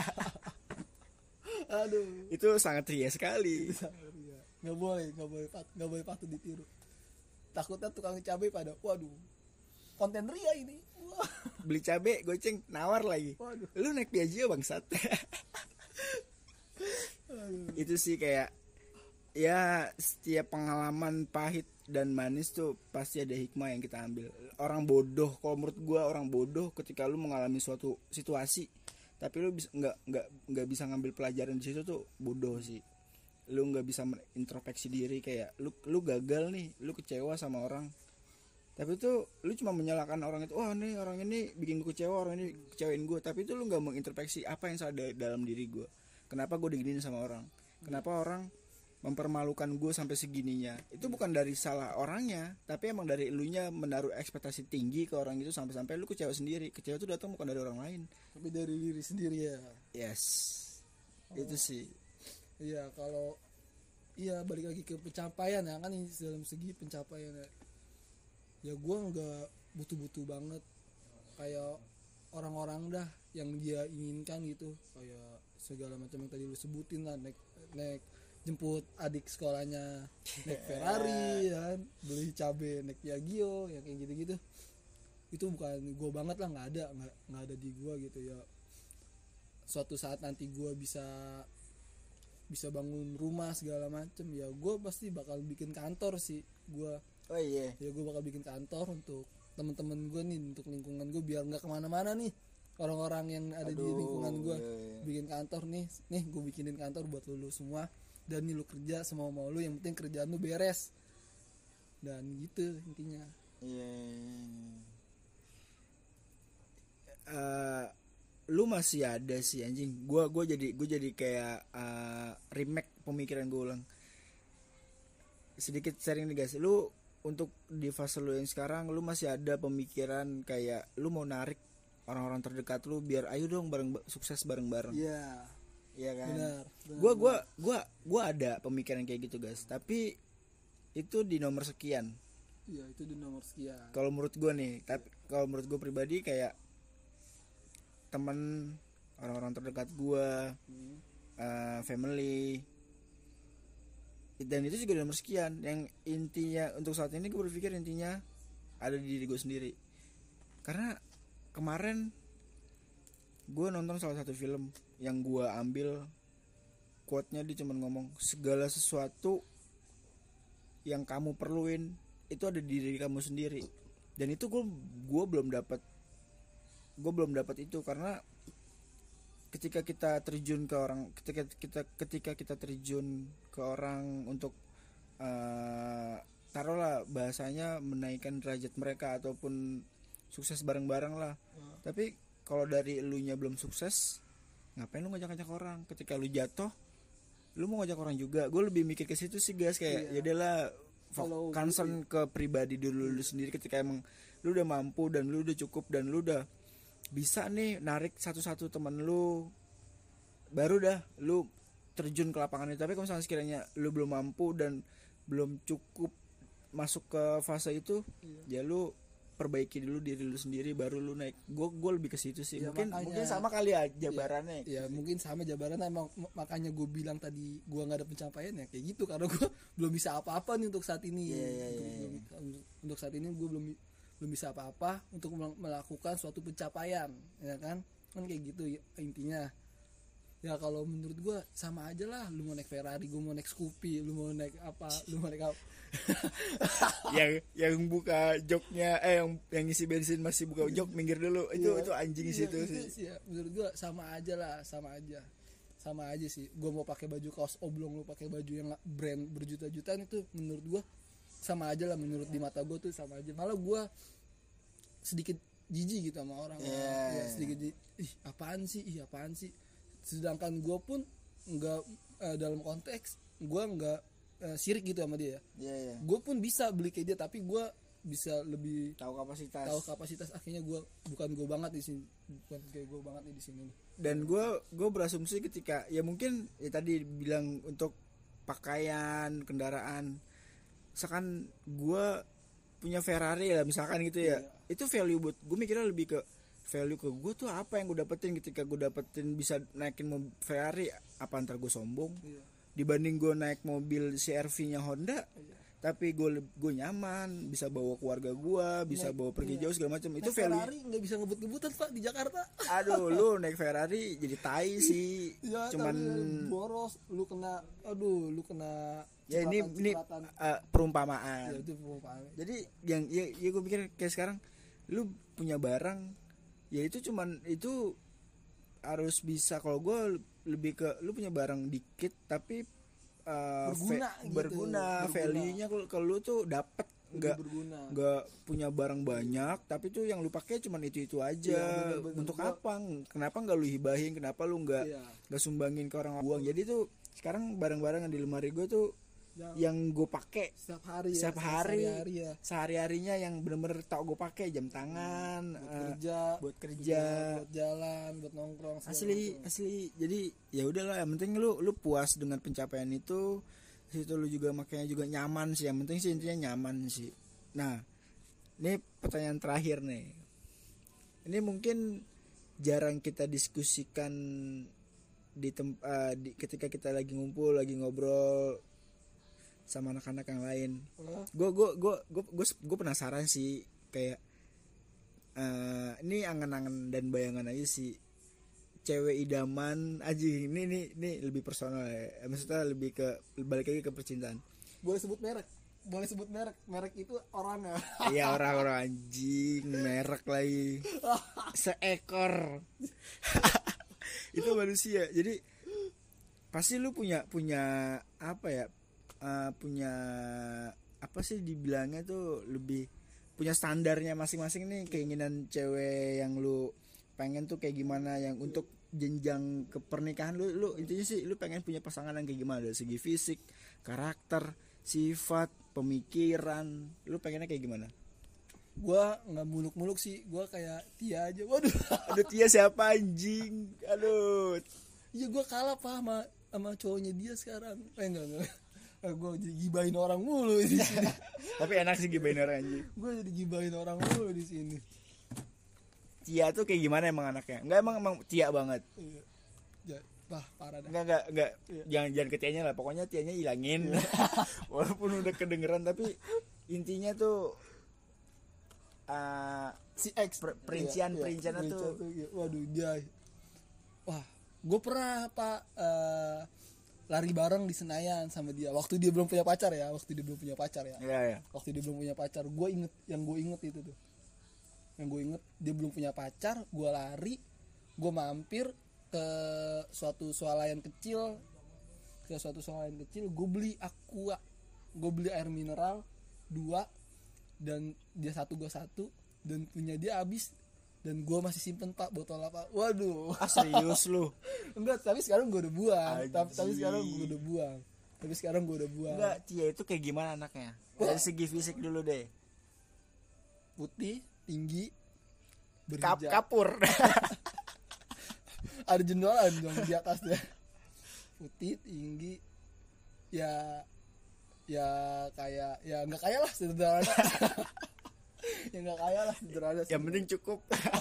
Aduh. Itu sangat ria sekali. Iya. Nggak boleh, nggak boleh, pat- nggak boleh patut ditiru. Takutnya tukang cabai pada, waduh, konten ria ini. Wah. Beli cabe goceng nawar lagi. Waduh. Lu naik Piaggio bangsat. Aduh. Itu sih kayak ya setiap pengalaman pahit dan manis tuh pasti ada hikmah yang kita ambil. Orang bodoh, kalau menurut gua orang bodoh ketika lu mengalami suatu situasi tapi lu bisa nggak nggak nggak bisa ngambil pelajaran di situ tuh bodoh sih. Lu nggak bisa introspeksi diri, kayak lu lu gagal nih, lu kecewa sama orang. Tapi itu lu cuma menyalahkan orang itu, wah nih orang ini bikin gue kecewa, orang ini kecewain gue. Tapi itu lu nggak mengintrospeksi apa yang salah da- dalam diri gue. Kenapa gue diginiin sama orang? Kenapa orang mempermalukan gue sampai segininya? Itu bukan dari salah orangnya, tapi emang dari elunya menaruh ekspektasi tinggi ke orang itu sampai-sampai lu kecewa sendiri. Kecewa itu datang bukan dari orang lain. Tapi dari diri sendiri ya. Yes, itu sih. Iya, kalau iya balik lagi ke pencapaian ya kan, ini dalam segi pencapaian ya. Ya gue nggak butuh-butuh banget kayak orang-orang dah yang dia inginkan gitu, kayak segala macam yang tadi lu sebutin lah, naik naik jemput adik sekolahnya naik Ferrari kan, beli cabe naik Piaggio, yang kayak gitu-gitu. Itu bukan gue banget lah, nggak ada nggak nggak ada di gue gitu ya. Suatu saat nanti gue bisa bisa bangun rumah segala macem, ya gue pasti bakal bikin kantor sih gue. Oh iya. Ya gue bakal bikin kantor untuk teman-teman gue nih, untuk lingkungan gue, biar nggak kemana-mana nih orang-orang yang ada di Aduh, lingkungan gue. iya, iya. Bikin kantor nih, nih gue bikinin kantor buat lu, lu semua, dan nih lu kerja semau mau lu, yang penting kerjaan lu beres, dan gitu intinya. Iya. Eh, lu masih ada sih anjing. Gua gua jadi gua jadi kayak eh, remake pemikiran gue ulang. Sedikit sharing nih guys. Lu untuk di fase lu yang sekarang, lu masih ada pemikiran kayak lu mau narik orang-orang terdekat lu biar ayo dong bareng sukses bareng-bareng. Iya, Iya kan? benar, benar. Gua gua gua gua ada pemikiran kayak gitu guys. Tapi itu di nomor sekian. Iya, itu di nomor sekian. Kalau menurut gue nih, tapi kalau menurut gue pribadi kayak teman, orang-orang terdekat gue, Hmm. uh, family, dan itu juga nomor sekian. Yang intinya untuk saat ini gue berpikir intinya ada di diri gue sendiri. Karena kemarin gue nonton salah satu film yang gue ambil quote-nya, dia cuma ngomong segala sesuatu yang kamu perluin itu ada di diri kamu sendiri. Dan itu gue gue belum dapat gue belum dapat itu karena ketika kita terjun ke orang ketika kita ketika kita terjun ke orang untuk uh, taruhlah bahasanya menaikkan derajat mereka ataupun sukses bareng-bareng lah. Hmm. Tapi kalau dari elunya belum sukses, ngapain lu ngajak-ngajak orang? Ketika lu jatuh, lu mau ngajak orang juga. Gue lebih mikir ke situ sih guys, kayak Iya. ya udahlah fo- Kalau concern ke pribadi dulu lu sendiri. Ketika emang lu udah mampu dan lu udah cukup dan lu udah bisa nih narik satu-satu teman lu, baru dah lu terjun ke lapangan itu. Tapi kalau misalnya sekiranya lu belum mampu dan belum cukup masuk ke fase itu, Iya. ya lu perbaiki dulu diri lu sendiri baru lu naik. Gue gue lebih ke situ sih. Ya, mungkin makanya- mungkin sama kali ya jabarannya. Ya mungkin sama jabaran, emang makanya gue bilang tadi gue nggak ada pencapaian ya kayak gitu, karena gue belum bisa apa-apa nih untuk saat ini. Iya, iya, untuk, iya, iya. untuk- untuk saat ini gue belum belum bisa apa-apa untuk mel- melakukan suatu pencapaian, ya kan? Kan kayak gitu ya, intinya. Ya kalau menurut gue sama aja lah, lu mau naik Ferrari, gue mau naik Scoopy, lu mau naik apa, lu mau naik apa. yang yang buka joknya eh yang yang ngisi bensin masih buka jok minggir dulu. Itu Iya, itu anjing iya, situ itu sih. sih ya, menurut gua sama aja lah, sama aja sama aja sih. Gua mau pakai baju kaos oblong, lu pakai baju yang brand berjuta-jutaan, itu menurut gua sama aja lah. Menurut di mata gua tuh sama aja. Malah gua sedikit jijik gitu sama orang. Yeah. Ya, sedikit ih apaan sih ih apaan sih sedangkan gue pun nggak uh, dalam konteks gue nggak uh, sirik gitu sama dia. Iya, iya. Gue pun bisa beli kayak dia tapi gue bisa lebih Tahu kapasitas. tahu kapasitas akhirnya gue bukan gue banget di sini bukan kayak gue banget nih di sini. Dan gue gue berasumsi ketika ya mungkin ya tadi bilang untuk pakaian kendaraan, misalkan gue punya Ferrari lah misalkan gitu ya, Iya. itu value buat gue mikirnya lebih ke value ke gue tuh apa yang gue dapetin ketika gue dapetin bisa naikin mobil Ferrari, apa antar gue sombong Iya. dibanding gue naik mobil C R V-nya Honda. Iya. Tapi gue gue nyaman, bisa bawa keluarga gue, bisa Naik- bawa pergi iya. jauh segala macam. Itu Naik value. Ferrari nggak bisa ngebut-ngebutan pak di Jakarta. Aduh, lu naik Ferrari jadi tai sih. Ya, Cuman tapi boros, lu kena, aduh, lu kena. ya ini ini cipratan-cipratan. uh, perumpamaan. Ya, itu perumpamaan. Jadi yang ya, ya gue pikir kayak sekarang lu punya barang, ya itu cuman itu harus bisa. Kalau gue lebih ke lu punya barang dikit tapi uh, Berguna va- gitu, berguna, berguna. value-nya kalau kalau lu tuh dapet Lebih nggak berguna. nggak punya barang banyak tapi tuh yang lu pakai cuman itu itu aja. Iya, bener-bener. Untuk Gua- apa? Kenapa nggak lu hibahin? Kenapa lu nggak Iya. nggak sumbangin ke orang buang? Jadi tuh sekarang barang-barang yang di lemari gue tuh Yang yang gue pakai setiap hari ya, setiap hari, sehari-hari ya. sehari-harinya yang bener-bener tau gue pakai, jam tangan, Buat eh, kerja, buat kerja. buat jalan, buat nongkrong. segala asli macam. asli. Jadi ya udahlah, yang penting lu lu puas dengan pencapaian itu. Situ lu juga makanya juga nyaman sih. Yang penting sih intinya nyaman sih. Nah, ini pertanyaan terakhir nih. Ini mungkin jarang kita diskusikan di tempat di, ketika kita lagi ngumpul, lagi ngobrol sama anak-anak yang lain. Hah? Gue gue gue gue gue gue penasaran sih, kayak eh ini angan-angan dan bayangan aja sih, cewek idaman aja. Ini ini ini lebih personal ya, maksudnya lebih ke balik lagi ke percintaan. Boleh sebut merek? Boleh sebut merek? Merek itu orangnya. Iya, orang-orang anjing, merek lagi, seekor. Itu manusia. Jadi pasti lu punya punya apa ya, uh, punya apa sih dibilangnya tuh, lebih punya standarnya masing-masing nih. Keinginan cewek yang lu pengen tuh kayak gimana, yang untuk jenjang ke pernikahan lu lu intinya sih lu pengen punya pasangan yang kayak gimana dari segi fisik, karakter, sifat, pemikiran. Lu pengennya kayak gimana? Gua nggak muluk-muluk sih, gua kayak Tia aja. Waduh. Aduh, Tia siapa anjing? Aduh. Iya gua kalah pak sama sama cowoknya dia sekarang. Eh enggak enggak. Gue jadi gibahin orang mulu di sini. Tapi enak sih gibahin orang anjing. Gue jadi gibahin orang mulu di sini. Tia tuh kayak gimana emang anaknya? Enggak, emang emang Tia banget. Iya. Ya, wah parah dah. Enggak enggak enggak. Iya. Jangan jangan ke Tianya lah. Pokoknya Tianya hilangin. Walaupun udah kedengeran tapi intinya tuh uh, Si X per- perincian iya, iya, perinciannya perincian tuh. iya. Waduh dia. Wah, gue pernah pak eh, lari bareng di Senayan sama dia. Waktu dia belum punya pacar ya. Waktu dia belum punya pacar ya. Iya ya. Waktu dia belum punya pacar, gue inget yang gue inget itu tuh. Yang gue inget dia belum punya pacar, gue lari, gue mampir ke suatu swalayan kecil, ke suatu swalayan kecil, gue beli aqua, gue beli air mineral dua, dan dia satu gue satu, dan punya dia habis, dan gue masih simpen pak botol apa, waduh. Ah, serius lu? Enggak, tapi sekarang gue udah buang, tapi, tapi Anjing. sekarang gue udah buang, tapi sekarang gue udah buang. Enggak, Tia itu kayak gimana anaknya? Dari segi fisik dulu deh. Putih, tinggi, Kap berhijab. kapur. Ada jendolan dong di atasnya. Putih, tinggi, ya ya kayak ya nggak kaya lah sederhana. Ya nggak kaya lah sederhana. Yang penting cukup.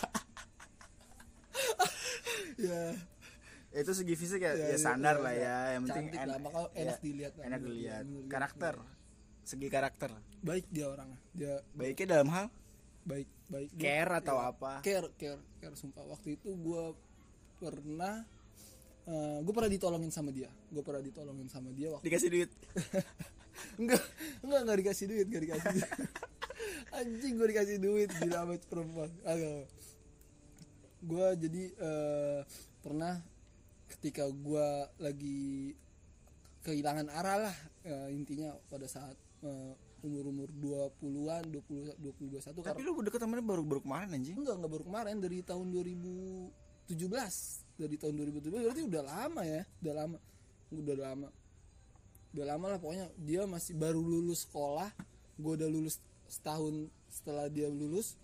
Ya, Itu segi fisik ya, ya, ya standar ya, lah ya. ya. Yang penting Cantik lah, en- makanya enak ya, dilihat lah. enak Menurut dilihat. gue, menurut gue. Karakter, segi karakter. Baik dia orangnya, dia Baiknya dalam hal baik baik. Dia- care atau ya, apa? Care care care sumpah. Waktu itu gue pernah uh, gue pernah ditolongin sama dia. Gue pernah ditolongin sama dia waktu Dikasih duit. enggak enggak enggak dikasih duit enggak dikasih duit. Anjing gue dikasih duit gila sama perempuan. Agak gue jadi uh, pernah ketika gue lagi kehilangan arah lah, uh, intinya pada saat uh, umur umur dua dua puluhan, dua puluh, dua puluh, dua puluh satu. Tapi lu deket temennya baru baru kemarin anjing. Enggak, enggak baru kemarin, dari tahun dua ribu tujuh belas. Dari tahun dua ribu tujuh belas berarti udah lama ya, udah lama. Udah lama. Udah lama lah pokoknya. Dia masih baru lulus sekolah, gue udah lulus setahun setelah dia lulus.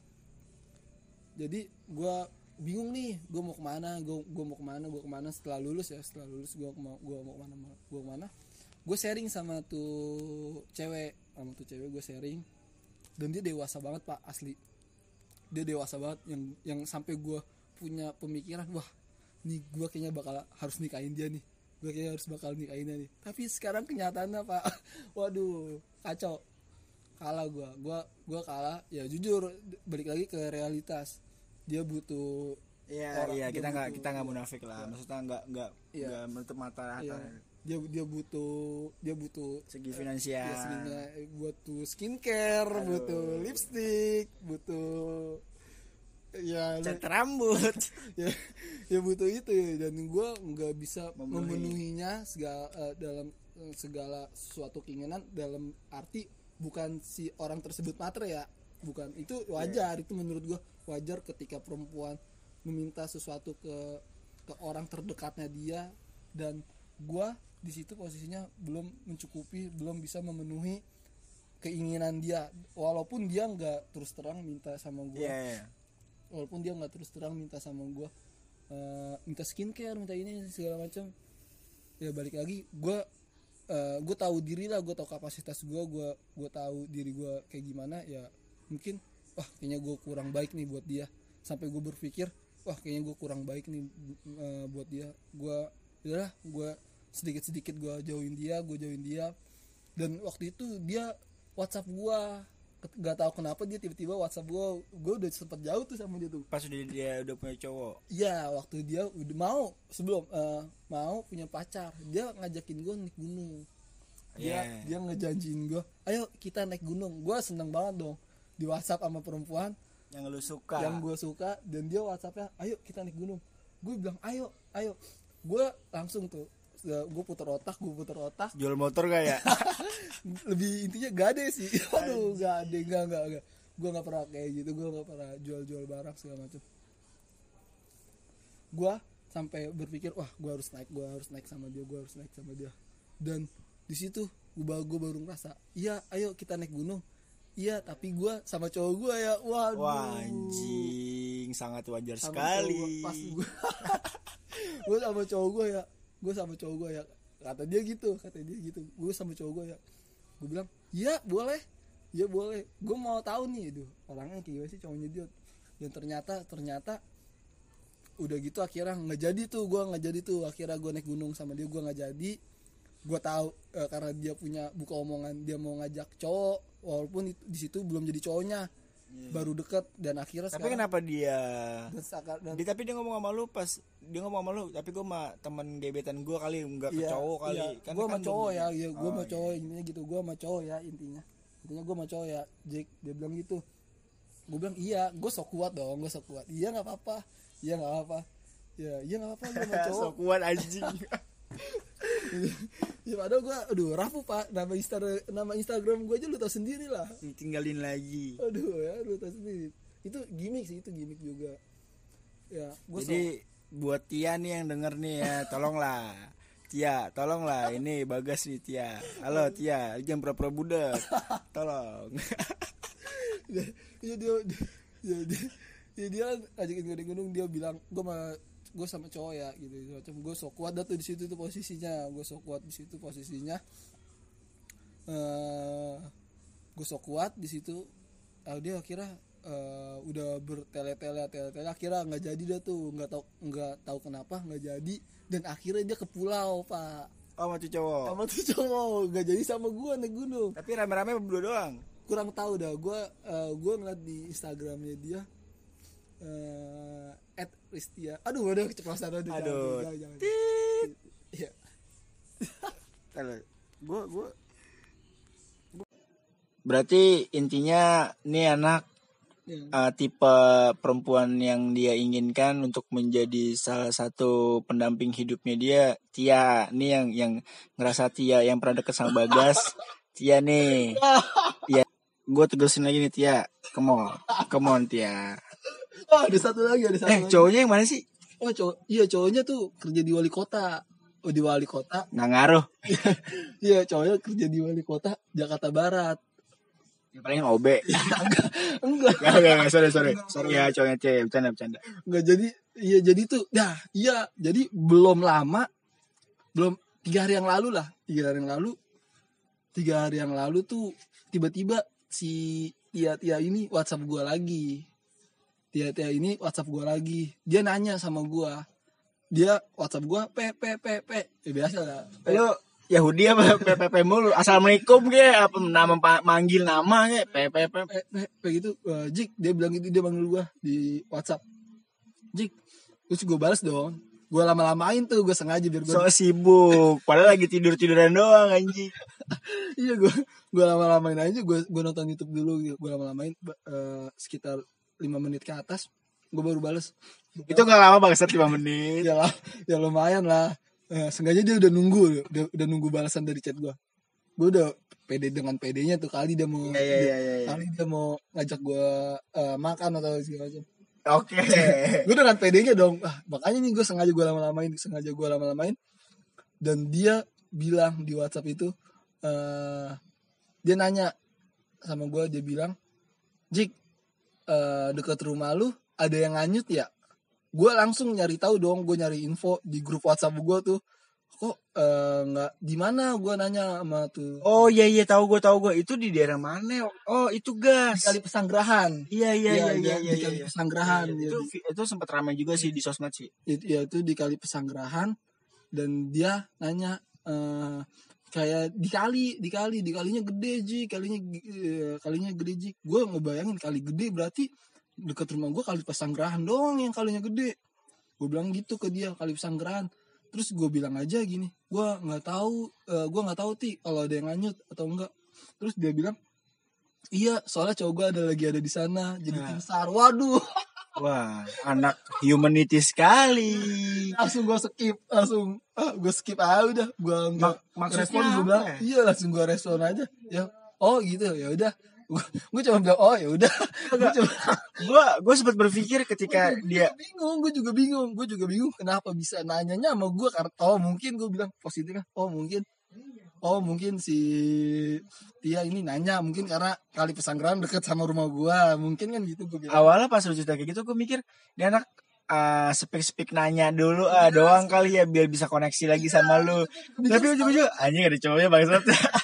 Jadi gue bingung nih, gue mau kemana, gue gue mau kemana, gue kemana setelah lulus ya, setelah lulus gue mau gue mau kemana, gue kemana. Gue sharing sama tuh cewek, sama tuh cewek gue sharing, dan dia dewasa banget pak, asli. Dia dewasa banget yang yang sampai gue punya pemikiran, wah, nih gue kayaknya bakal harus nikahin dia nih, gue kayaknya harus bakal nikahin dia nih. Tapi sekarang kenyataannya pak, waduh, kacau. Kalah gue, gue gue kalah. Ya jujur, balik lagi ke realitas. Dia butuh Iya, orang, iya, dia kita nggak butuh- kita nggak munafik lah. Maksudnya nggak nggak Iya. nggak menutup mata Iya. atas dia dia butuh dia butuh segi ya, finansial. seginya, butuh skincare, Aduh. butuh lipstick, butuh ya Cat rambut. ya, ya butuh itu ya. Dan gue nggak bisa Memenuhi. memenuhinya segala eh, dalam eh, segala suatu keinginan, dalam arti bukan si orang tersebut matre ya, bukan, itu wajar. Itu menurut gue wajar ketika perempuan meminta sesuatu ke ke orang terdekatnya dia, dan gue di situ posisinya belum mencukupi, belum bisa memenuhi keinginan dia, walaupun dia nggak terus terang minta sama gue. Iya, iya. Walaupun dia nggak terus terang minta sama gue, uh, minta skincare, minta ini segala macam. Ya balik lagi, gue uh, gue tahu diri lah, gue tahu kapasitas gue, gue gue tahu diri gue kayak gimana. Ya mungkin wah kayaknya gue kurang baik nih buat dia, sampai gue berpikir wah kayaknya gue kurang baik nih uh, buat dia. Gue udah gue sedikit sedikit gue jauhin dia, gue jauhin dia. Dan waktu itu dia WhatsApp gue, nggak tahu kenapa dia tiba-tiba WhatsApp gue. Gue udah sempet jauh tuh sama dia tuh. Pas udah dia udah punya cowok. Iya, waktu dia udah mau, sebelum uh, mau punya pacar, dia ngajakin gue naik gunung. Dia Yeah. dia ngejanjiin gue, ayo kita naik gunung. Gue seneng banget dong di WhatsApp sama perempuan Yang lu suka. yang gue suka, dan dia WhatsAppnya, ayo kita naik gunung. Gue bilang ayo, ayo. Gue langsung tuh, gue putar otak, gue putar otak. Jual motor gak ya? Lebih intinya gade sih. Aduh, gade, enggak, enggak, enggak. Gue nggak pernah kayak gitu, gue nggak pernah jual-jual barang segala macam. Gue sampai berpikir, wah, gue harus naik, gue harus naik sama dia, gue harus naik sama dia. Dan di situ gue baru gue baru ngerasa, iya, ayo kita naik gunung. Iya, tapi gue sama cowok gue ya, waduh. Wah, anjing, sangat wajar Sama sekali. cowok gua, pas gue, gue sama cowok gue ya, gue sama cowok gue ya, kata dia gitu, kata dia gitu, gue sama cowok gue ya, gue bilang, iya boleh, iya boleh, gue mau tahu nih, aduh, orangnya kayak gimana sih cowoknya dia. Dan ternyata, ternyata udah gitu akhirnya nggak jadi tuh, gue nggak jadi tuh, akhirnya gue naik gunung sama dia, gue nggak jadi. Gue tahu eh, karena dia punya buka omongan, dia mau ngajak cowok, walaupun itu, di situ belum jadi cowoknya, yeah. Baru deket. Dan akhirnya tapi sekarang, kenapa dia dan sekarang- dan- dia tapi dia ngomong sama lu pas dia ngomong sama lu, tapi gue mah teman gebetan gue kali, nggak ke Iya, cowok kali. iya. Kan Gue sama kan cowok belum- ya, ya gue Oh, sama iya. cowok, intinya gitu, gue sama cowok ya intinya, intinya gue sama cowok ya, Jake. Dia bilang gitu, gue bilang iya, gue sok kuat dong, gue sok kuat, iya nggak apa-apa, iya nggak apa-apa, ya iya nggak apa-apa, gue sama cowok. So kuat anjing. Ya padahal gue, aduh rapuh pak, nama Instagram, nama Instagram gue aja lu tau sendiri lah, Tinggalin lagi. aduh ya lu tau sendiri, itu gimmick sih, itu gimmick juga. Ya, gue Jadi buat Tia nih yang denger nih ya, tolonglah Tia, tolonglah, ini Bagas nih Tia. Halo Tia, jangan pura-pura budak. Tolong. ya dia dia ya dia, ya dia ajakin gue di gunung, dia bilang gue sama gue sama cowok ya gitu macam. Gue sok kuat dah tuh di situ tuh posisinya, gue sok kuat di situ posisinya, uh, gue sok kuat di situ. Uh, dia akhirnya uh, udah bertele-tele tele-tele, akhirnya nggak jadi dah tuh, nggak tahu nggak tahu kenapa nggak jadi. Dan akhirnya dia ke pulau pak, Oh, sama tuh cowok. sama tuh cowok, nggak jadi sama gue naik gunung. Tapi rame-rame berdua doang. Kurang tahu dah, gue uh, gue ngeliat di Instagramnya dia, uh, at Ristia, aduh udah keceplosan, aduh Aduh. jangan, jangan, Tit. iya. Kalau gua gua berarti intinya nih anak Ya. uh, tipe perempuan yang dia inginkan untuk menjadi salah satu pendamping hidupnya dia, Tia nih, yang yang ngerasa Tia yang pernah deket sama Bagas. Tia nih ya, gue tegasin lagi nih Tia. Come on, come on Tia. Oh ada satu lagi, ada satu Eh lagi. cowoknya yang mana sih? Oh cowok, iya cowoknya tuh kerja di wali kota. Oh di wali kota. Nggak ngaruh. Iya cowoknya kerja di wali kota Jakarta Barat. Yang paling O B. Enggak. Gak, gak, gak, sorry, sorry. Sorry ya cowoknya Tia, bercanda, bercanda. Enggak jadi, iya jadi tuh, dah, iya jadi belum lama, belum tiga hari yang lalu lah, tiga hari yang lalu, tiga hari yang lalu tuh tiba-tiba si Tia-Tia ini WhatsApp gua lagi, Tia-Tia ini WhatsApp gua lagi, dia nanya sama gua, dia WhatsApp gua, pe pe pe pe, ya biasa lah. Lu Yahudi apa P P P mulu? Assalamualaikum ge, apa nama pa- manggil nama ge, P P P. Pe pe pe gitu, uh, Jik, dia bilang gitu, dia manggil gua di WhatsApp, Jik, terus gua balas dong. Gue lama-lamain tuh, gue sengaja biar gue So sibuk, padahal lagi tidur-tiduran doang anjing. iya gue gue lama-lamain aja, gue gue nonton YouTube dulu, gue lama-lamain uh, sekitar lima menit ke atas, gue baru balas. Itu gak lama banget, lima menit. Ya lah, ya lumayan lah. Uh, sengaja dia udah nunggu, udah, udah nunggu balasan dari chat gue. Gue udah pede dengan pedenya tuh, kali dia mau, Iya, iya, dia, iya, iya. kali dia mau ngajak gue uh, makan atau segala macam. Oke. Gue dengan pedenya dong, ah, makanya nih gue sengaja gue lama-lamain, sengaja gue lama-lamain, dan dia bilang di WhatsApp itu, uh, dia nanya sama gue, dia bilang, Jik, uh, dekat rumah lu ada yang nganyut ya? Gue langsung nyari tahu dong, gue nyari info di grup WhatsApp gue tuh, kok nggak uh, di mana? Gue nanya sama tuh. Oh iya iya tahu gue tahu gue itu di daerah mana? Oh itu gas. Di Kali Pesanggerahan. Iya iya iya iya di iya. Kali iya. Pesanggerahan. Iya, Itu itu itu sempat ramai juga sih di sosmed sih. Itu ya itu di Kali Pesanggerahan, dan dia nanya uh, kayak di kali di kali di kalinya gede Ji, kalinya uh, kalinya gede Ji. Gue ngebayangin kali gede berarti dekat rumah gue Kali Pesanggerahan doang yang kalinya gede. Gue bilang gitu ke dia, Kali Pesanggerahan. Terus gue bilang aja gini, gue nggak tahu, uh, gue nggak tahu Ti kalau ada yang nganyut atau enggak. Terus dia bilang, iya soalnya cowok gue ada lagi ada di sana, jadi tim SAR. Waduh. Wah, anak humanity sekali. Langsung gue skip, langsung ah, gue skip aja udah, gue nggak Mak- respon, maksudnya gue apa bilang ya? iya, langsung gue respon aja, ya oh gitu ya udah, gue cuma bilang oh ya udah, gue cuma Gue gue sempat berpikir ketika Gua dia bingung, gue juga bingung, gue juga bingung kenapa bisa nanyanya sama gue, karena oh mungkin gue bilang positifnya, oh mungkin oh mungkin si Tia ini nanya mungkin karena Kali Pesanggerahan deket sama rumah gue, mungkin kan gitu gue bilang. awalnya pas lu cerita kayak gitu gue mikir dia anak uh, speak-speak nanya dulu ah doang kali ya biar bisa koneksi lagi sama lu. Tapi ujung-ujung anjing ada cowoknya bangsat.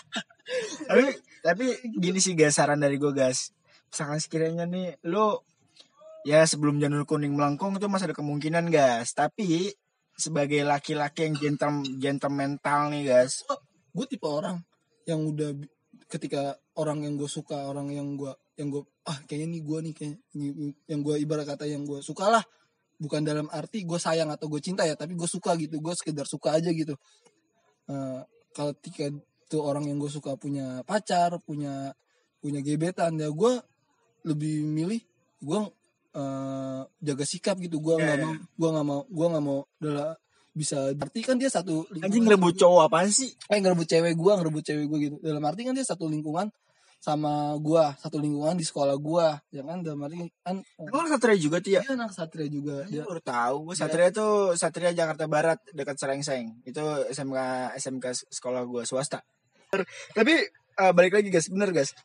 tapi tapi gini sih guys, saran dari gue guys. Misalkan sekiranya nih lu ya sebelum janur kuning melengkung itu masih ada kemungkinan guys. Tapi sebagai laki-laki yang gentle gentleman nih guys, Gue tipe orang yang udah ketika orang yang gue suka, orang yang gue yang gue ah kayaknya nih gue nih kayak yang gue ibarat kata yang gue suka lah, bukan dalam arti gue sayang atau gue cinta ya, tapi gue suka gitu, gue sekedar suka aja gitu. Uh, kalau ketika tuh orang yang gue suka punya pacar, punya punya gebetan, ya gue lebih milih gue uh, jaga sikap gitu. Gue nggak yeah. mau gue nggak mau gue nggak mau adalah bisa arti kan dia satu anjing ngerebut cowok apaan sih? Eh ngerebut cewek gue, ngerebut cewek gue gitu. Dalam arti kan dia satu lingkungan sama gue, satu lingkungan di sekolah gue, ya kan, dalam arti kan. Emang Satria juga Tia? Dia anak Satria juga. Dia Dia baru tahu. Gue Satria ya. tuh Satria Jakarta Barat dekat Serengseng. Itu S M K S M K sekolah gue swasta. Tapi uh, balik lagi guys, bener guys.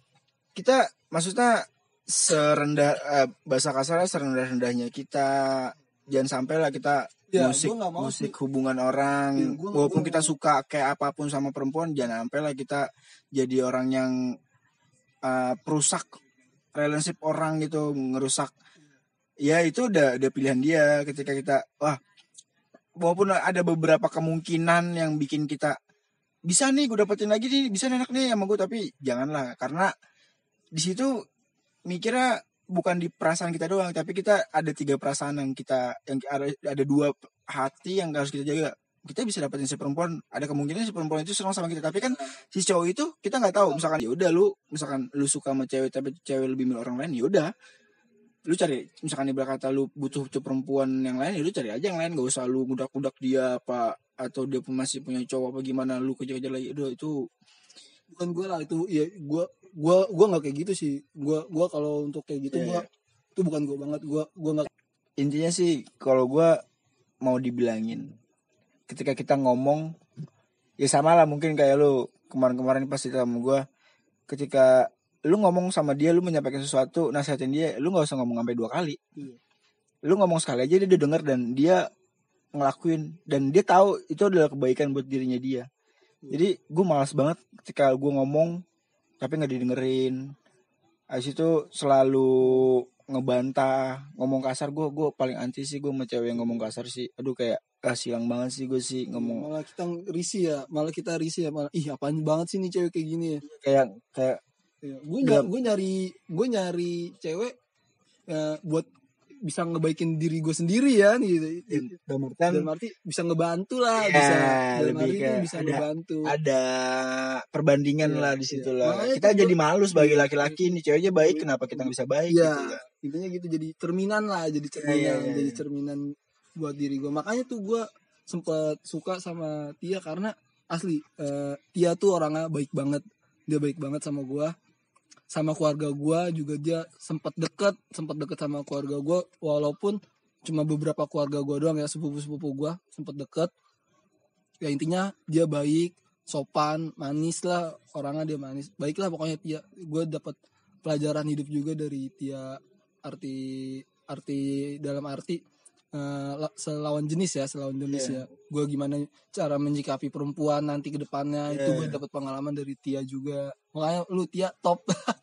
Kita maksudnya serendah uh, bahasa kasarnya serendah-rendahnya kita, jangan sampai lah kita ya, musik musik sih. Hubungan orang ya, gua, walaupun gua, kita suka kayak apapun sama perempuan, jangan sampai lah kita jadi orang yang uh, perusak relationship orang gitu, ngerusak. Ya itu udah udah pilihan dia. Ketika kita wah, walaupun ada beberapa kemungkinan yang bikin kita bisa nih gue dapetin lagi nih, bisa enak nih sama gue, tapi janganlah, karena di situ mikirnya bukan di perasaan kita doang, tapi kita ada tiga perasaan yang kita yang ada ada dua hati yang harus kita jaga. Kita bisa dapetin si perempuan, ada kemungkinan si perempuan itu senang sama kita, tapi kan si cowok itu kita nggak tahu. Misalkan ya udah lu misalkan lu suka sama cewek tapi cewek lebih milih orang lain, ya udah lu cari, misalkan ibarat kata lu butuh tuh perempuan yang lain, ya lu cari aja yang lain, gak usah lu ngudak-ngudak dia apa, atau dia masih punya cowok apa gimana lu kejar-kejar lagi. Udah itu bukan gue lah, itu ya gue gua gua nggak kayak gitu sih. Gua gua kalau untuk kayak gitu yeah, gua yeah. itu bukan gua banget. Gua gua nggak. Intinya sih kalau gua mau dibilangin, ketika kita ngomong ya sama lah mungkin kayak lu kemarin-kemarin pasti sama gua, ketika lu ngomong sama dia, lu menyampaikan sesuatu, nasihatin dia, lu nggak usah ngomong sampai dua kali. Iya. Lu ngomong sekali aja dia udah denger dan dia ngelakuin dan dia tahu itu adalah kebaikan buat dirinya dia. Jadi gue malas banget ketika gue ngomong tapi nggak didengerin. Abis itu selalu ngebantah, ngomong kasar. Gue gue paling anti sih gue sama cewek yang ngomong kasar sih. Aduh kayak ah silang banget sih gue sih ngomong. Malah kita risih ya, malah kita risih ya, malah ih apaan banget sih nih cewek kayak gini ya. Kayak kayak ya, gue ny- gue nyari gue nyari cewek ya, buat bisa ngebaikin diri gue sendiri ya gitu. dalam artian Dalam arti bisa ngebantu lah, ya, bisa dalam lebih arti kayak itu bisa ada, ngebantu. ada perbandingan Iya, lah di situ lah. Makanya Kita tuh jadi gua- malu sebagai iya. laki-laki nih ceweknya baik kenapa kita nggak bisa baik Iya, gitu lah. intinya gitu, jadi cerminan lah, jadi cerminan, Iya, iya, iya. jadi cerminan buat diri gue. Makanya tuh gue sempet suka sama Tia karena asli eh, Tia tuh orangnya baik banget, dia baik banget sama gue, sama keluarga gue juga dia sempat deket, sempat deket sama keluarga gue, walaupun cuma beberapa keluarga gue doang ya, sepupu-sepupu gue sempat deket. Ya intinya dia baik, sopan, manis lah orangnya, dia manis, baik lah pokoknya Tia. Gue dapat pelajaran hidup juga dari Tia, arti arti dalam arti uh, selawan jenis ya, selawan jenis Yeah. ya. Gue gimana cara menyikapi perempuan nanti ke depannya, Yeah. itu gue dapat pengalaman dari Tia juga. Makanya lu Tia top.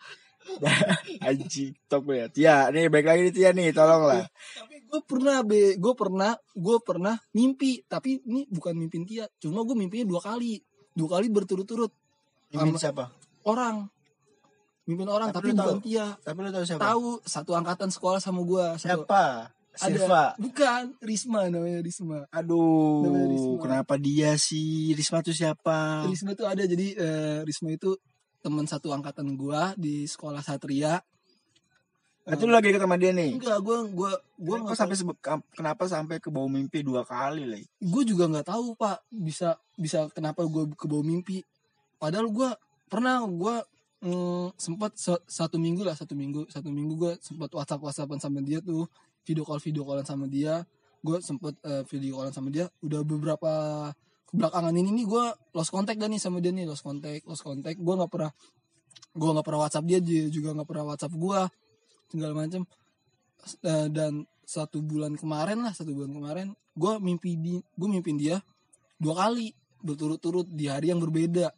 Anjing top ya. Tia, nih baik lagi nih Tia nih, tolong lah. Tapi gue pernah be, gue pernah, gue pernah mimpi, tapi ini bukan mimpin Tia, cuma gue mimpinya dua kali, dua kali berturut-turut. Mimpin Sama siapa? orang, mimpin orang, Tapi tapi, lu bukan tahu? Tia. Tapi lu tahu siapa? Tahu, satu angkatan sekolah sama gue. Siapa? Silva. Ada, bukan, Risma namanya, Risma. Aduh, Namanya Risma. kenapa dia sih? Risma tuh siapa? Risma tuh ada, jadi eh, Risma itu teman satu angkatan gue di sekolah Satria. Itu lu lagi deket sama dia nih? Enggak, gue gue gue Kenapa sampai sebe- kenapa sampai ke bawah mimpi dua kali lah? gue juga nggak tahu pak, bisa bisa kenapa gue ke bawah mimpi. Padahal gue pernah gue mm, sempat se- satu minggu lah satu minggu satu minggu gue sempat WhatsApp WhatsAppan sama dia tuh, video call video callan sama dia. Gue sempat uh, video callan sama dia. Udah beberapa kebelakangan ini nih gue lost contact dah nih sama dia nih, lost contact lost contact. Gue nggak pernah gue nggak pernah WhatsApp dia, dia juga nggak pernah WhatsApp gue segala macam. Uh, dan satu bulan kemarin lah satu bulan kemarin gue mimpi di gue mimpin dia dua kali berturut-turut di hari yang berbeda.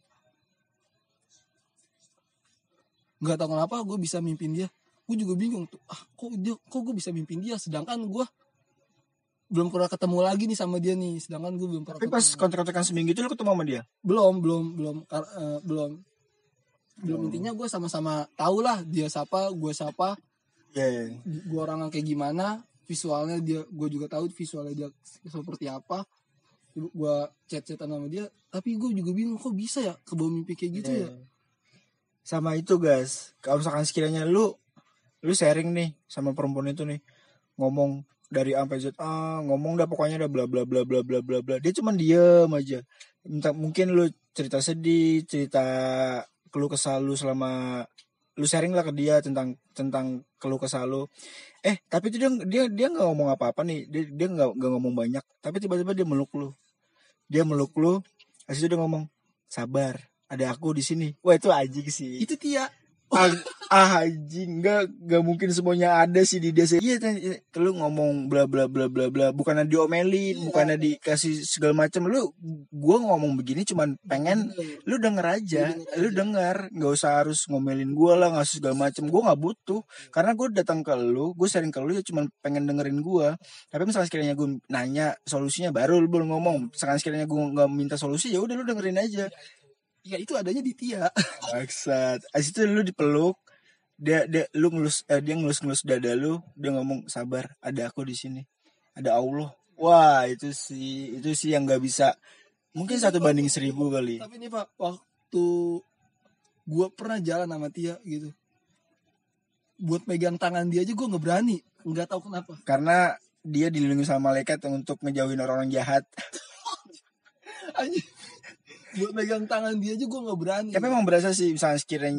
Nggak tahu kenapa gue bisa mimpin dia. Gue juga bingung tuh, ah kok dia kok gue bisa mimpin dia sedangkan gue belum pernah ketemu lagi nih sama dia nih, sedangkan gue belum pernah Tapi pas ketemu. kontak-kontakan seminggu itu lu ketemu sama dia? belum belum belum uh, belum belum Oh. intinya gue sama-sama tahu lah dia siapa, gue siapa, Iya. Yeah, yeah. gue orang kayak gimana, visualnya dia, gue juga tahu visualnya dia seperti apa. Gue chat-chatan sama dia, tapi gue juga bingung kok bisa ya ke bawah mimpi kayak gitu Yeah. ya. Sama itu guys, kalau misalkan sekiranya lu lu sharing nih sama perempuan itu nih, ngomong dari A sampai Z, ah ngomong dah pokoknya dah bla bla bla bla bla bla bla, dia cuman diem aja. Minta, mungkin lu cerita sedih, cerita keluh kesah lu selama lu sharing lah ke dia tentang tentang keluh kesah lu. Eh tapi itu dia dia dia nggak ngomong apa-apa nih, dia dia nggak nggak ngomong banyak, tapi tiba-tiba dia meluk lu, dia meluk lu, habis itu dia ngomong sabar, ada aku di sini. Wah itu anjing sih. Itu Tia. ah, ah anjing, nggak nggak mungkin semuanya ada sih di desa. Iya, lu ngomong bla bla bla bla bla, bukannya diomelin, Iya. bukannya dikasih segala macam. Lu, gua ngomong begini cuman pengen lu denger aja, lu denger, nggak usah harus ngomelin gua lah, nggak usah segala macam. Gua nggak butuh, karena gua datang ke lu, gua sharing ke lu ya cuman pengen dengerin gua. Tapi misalnya sekiranya gua nanya solusinya, baru lu baru ngomong. Misalkan sekiranya gua nggak minta solusi, ya udah lu dengerin aja. Ya itu adanya di Tia. Maksud, abis itu lu dipeluk, dia dia lu ngelus eh, dia ngelus-ngelus dada lu, dia ngomong sabar, ada aku di sini, ada Allah. Wah itu sih itu sih yang nggak bisa, mungkin satu banding seribu kali. Tapi nih Pak, waktu gue pernah jalan sama Tia gitu, buat megang tangan dia aja gue nggak berani, nggak tahu kenapa. Karena dia dilindungi sama malaikat untuk ngejauhin orang-orang jahat. Anjing. Buat megang tangan dia aja gue nggak berani. Tapi emang berasa sih, misalnya sekiranya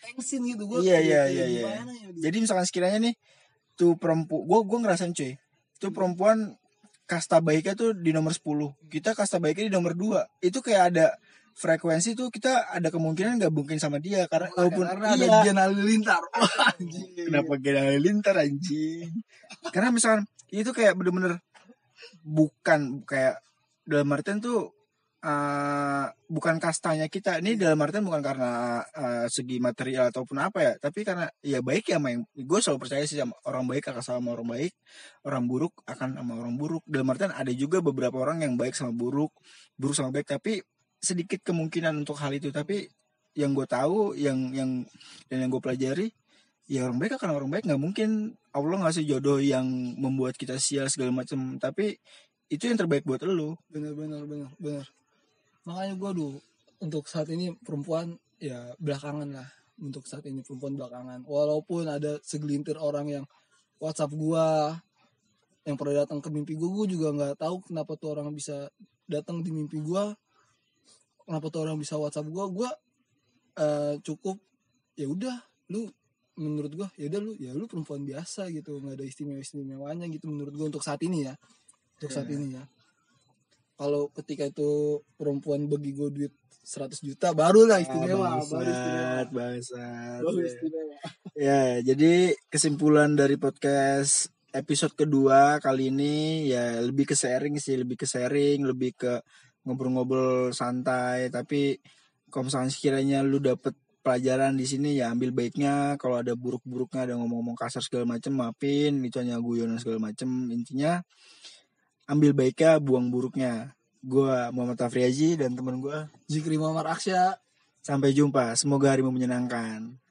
tensin gitu gue. Iya iya iya iya. Jadi misalkan sekiranya nih tuh perempuan, gue gue ngerasain cuy, tuh perempuan kasta baiknya tuh di nomor sepuluh, kita kasta baiknya di nomor dua, itu kayak ada frekuensi tuh kita ada kemungkinan gak mungkin sama dia karena oh, walaupun karena iya. ada Gen Halilintar. Kenapa Gen Halilintar anjing? Karena misalkan itu kayak bener-bener bukan kayak dalam artian tuh uh, bukan kastanya kita. Ini dalam artian bukan karena uh, segi material ataupun apa ya, tapi karena ya baik ya main. Gue selalu percaya sih sama orang baik akan sama orang baik, orang buruk akan sama orang buruk. Dalam artian ada juga beberapa orang yang baik sama buruk, buruk sama baik, tapi sedikit kemungkinan untuk hal itu. Tapi yang gue tahu, yang yang dan yang gue pelajari, ya orang baik akan orang baik. Nggak mungkin Allah ngasih jodoh yang membuat kita sial segala macam, tapi itu yang terbaik buat lo. Bener bener bener bener. Makanya gue dulu untuk saat ini perempuan ya belakangan lah. Untuk saat ini perempuan belakangan. Walaupun ada segelintir orang yang WhatsApp gue, yang pernah datang ke mimpi gue, gue juga nggak tahu kenapa tuh orang bisa datang di mimpi gue. Kenapa tuh orang bisa WhatsApp gue? Gue uh, cukup ya udah, lu menurut gue ya udah lu ya lu perempuan biasa gitu, nggak ada istimewa istimewanya gitu menurut gue untuk saat ini ya, untuk saat yeah. ini ya. Kalau ketika itu perempuan bagi gue duit seratus juta baru lah istimewa, ah, baru istimewa, bangsat, baru ya. istimewa. Ya, jadi kesimpulan dari podcast episode kedua kali ini ya lebih ke sharing sih, lebih ke sharing, lebih ke ngobrol-ngobrol santai. Tapi kalau misalnya sekiranya lu dapet pelajaran di sini ya ambil baiknya. Kalau ada buruk-buruknya, ada ngomong-ngomong kasar segala macem, maafin, itu hanya guyonan segala macem. Intinya ambil baiknya, buang buruknya. Gua Muhammad Afriazi dan teman gua Zikri Muhammad Aksya. Sampai jumpa, semoga harimu menyenangkan.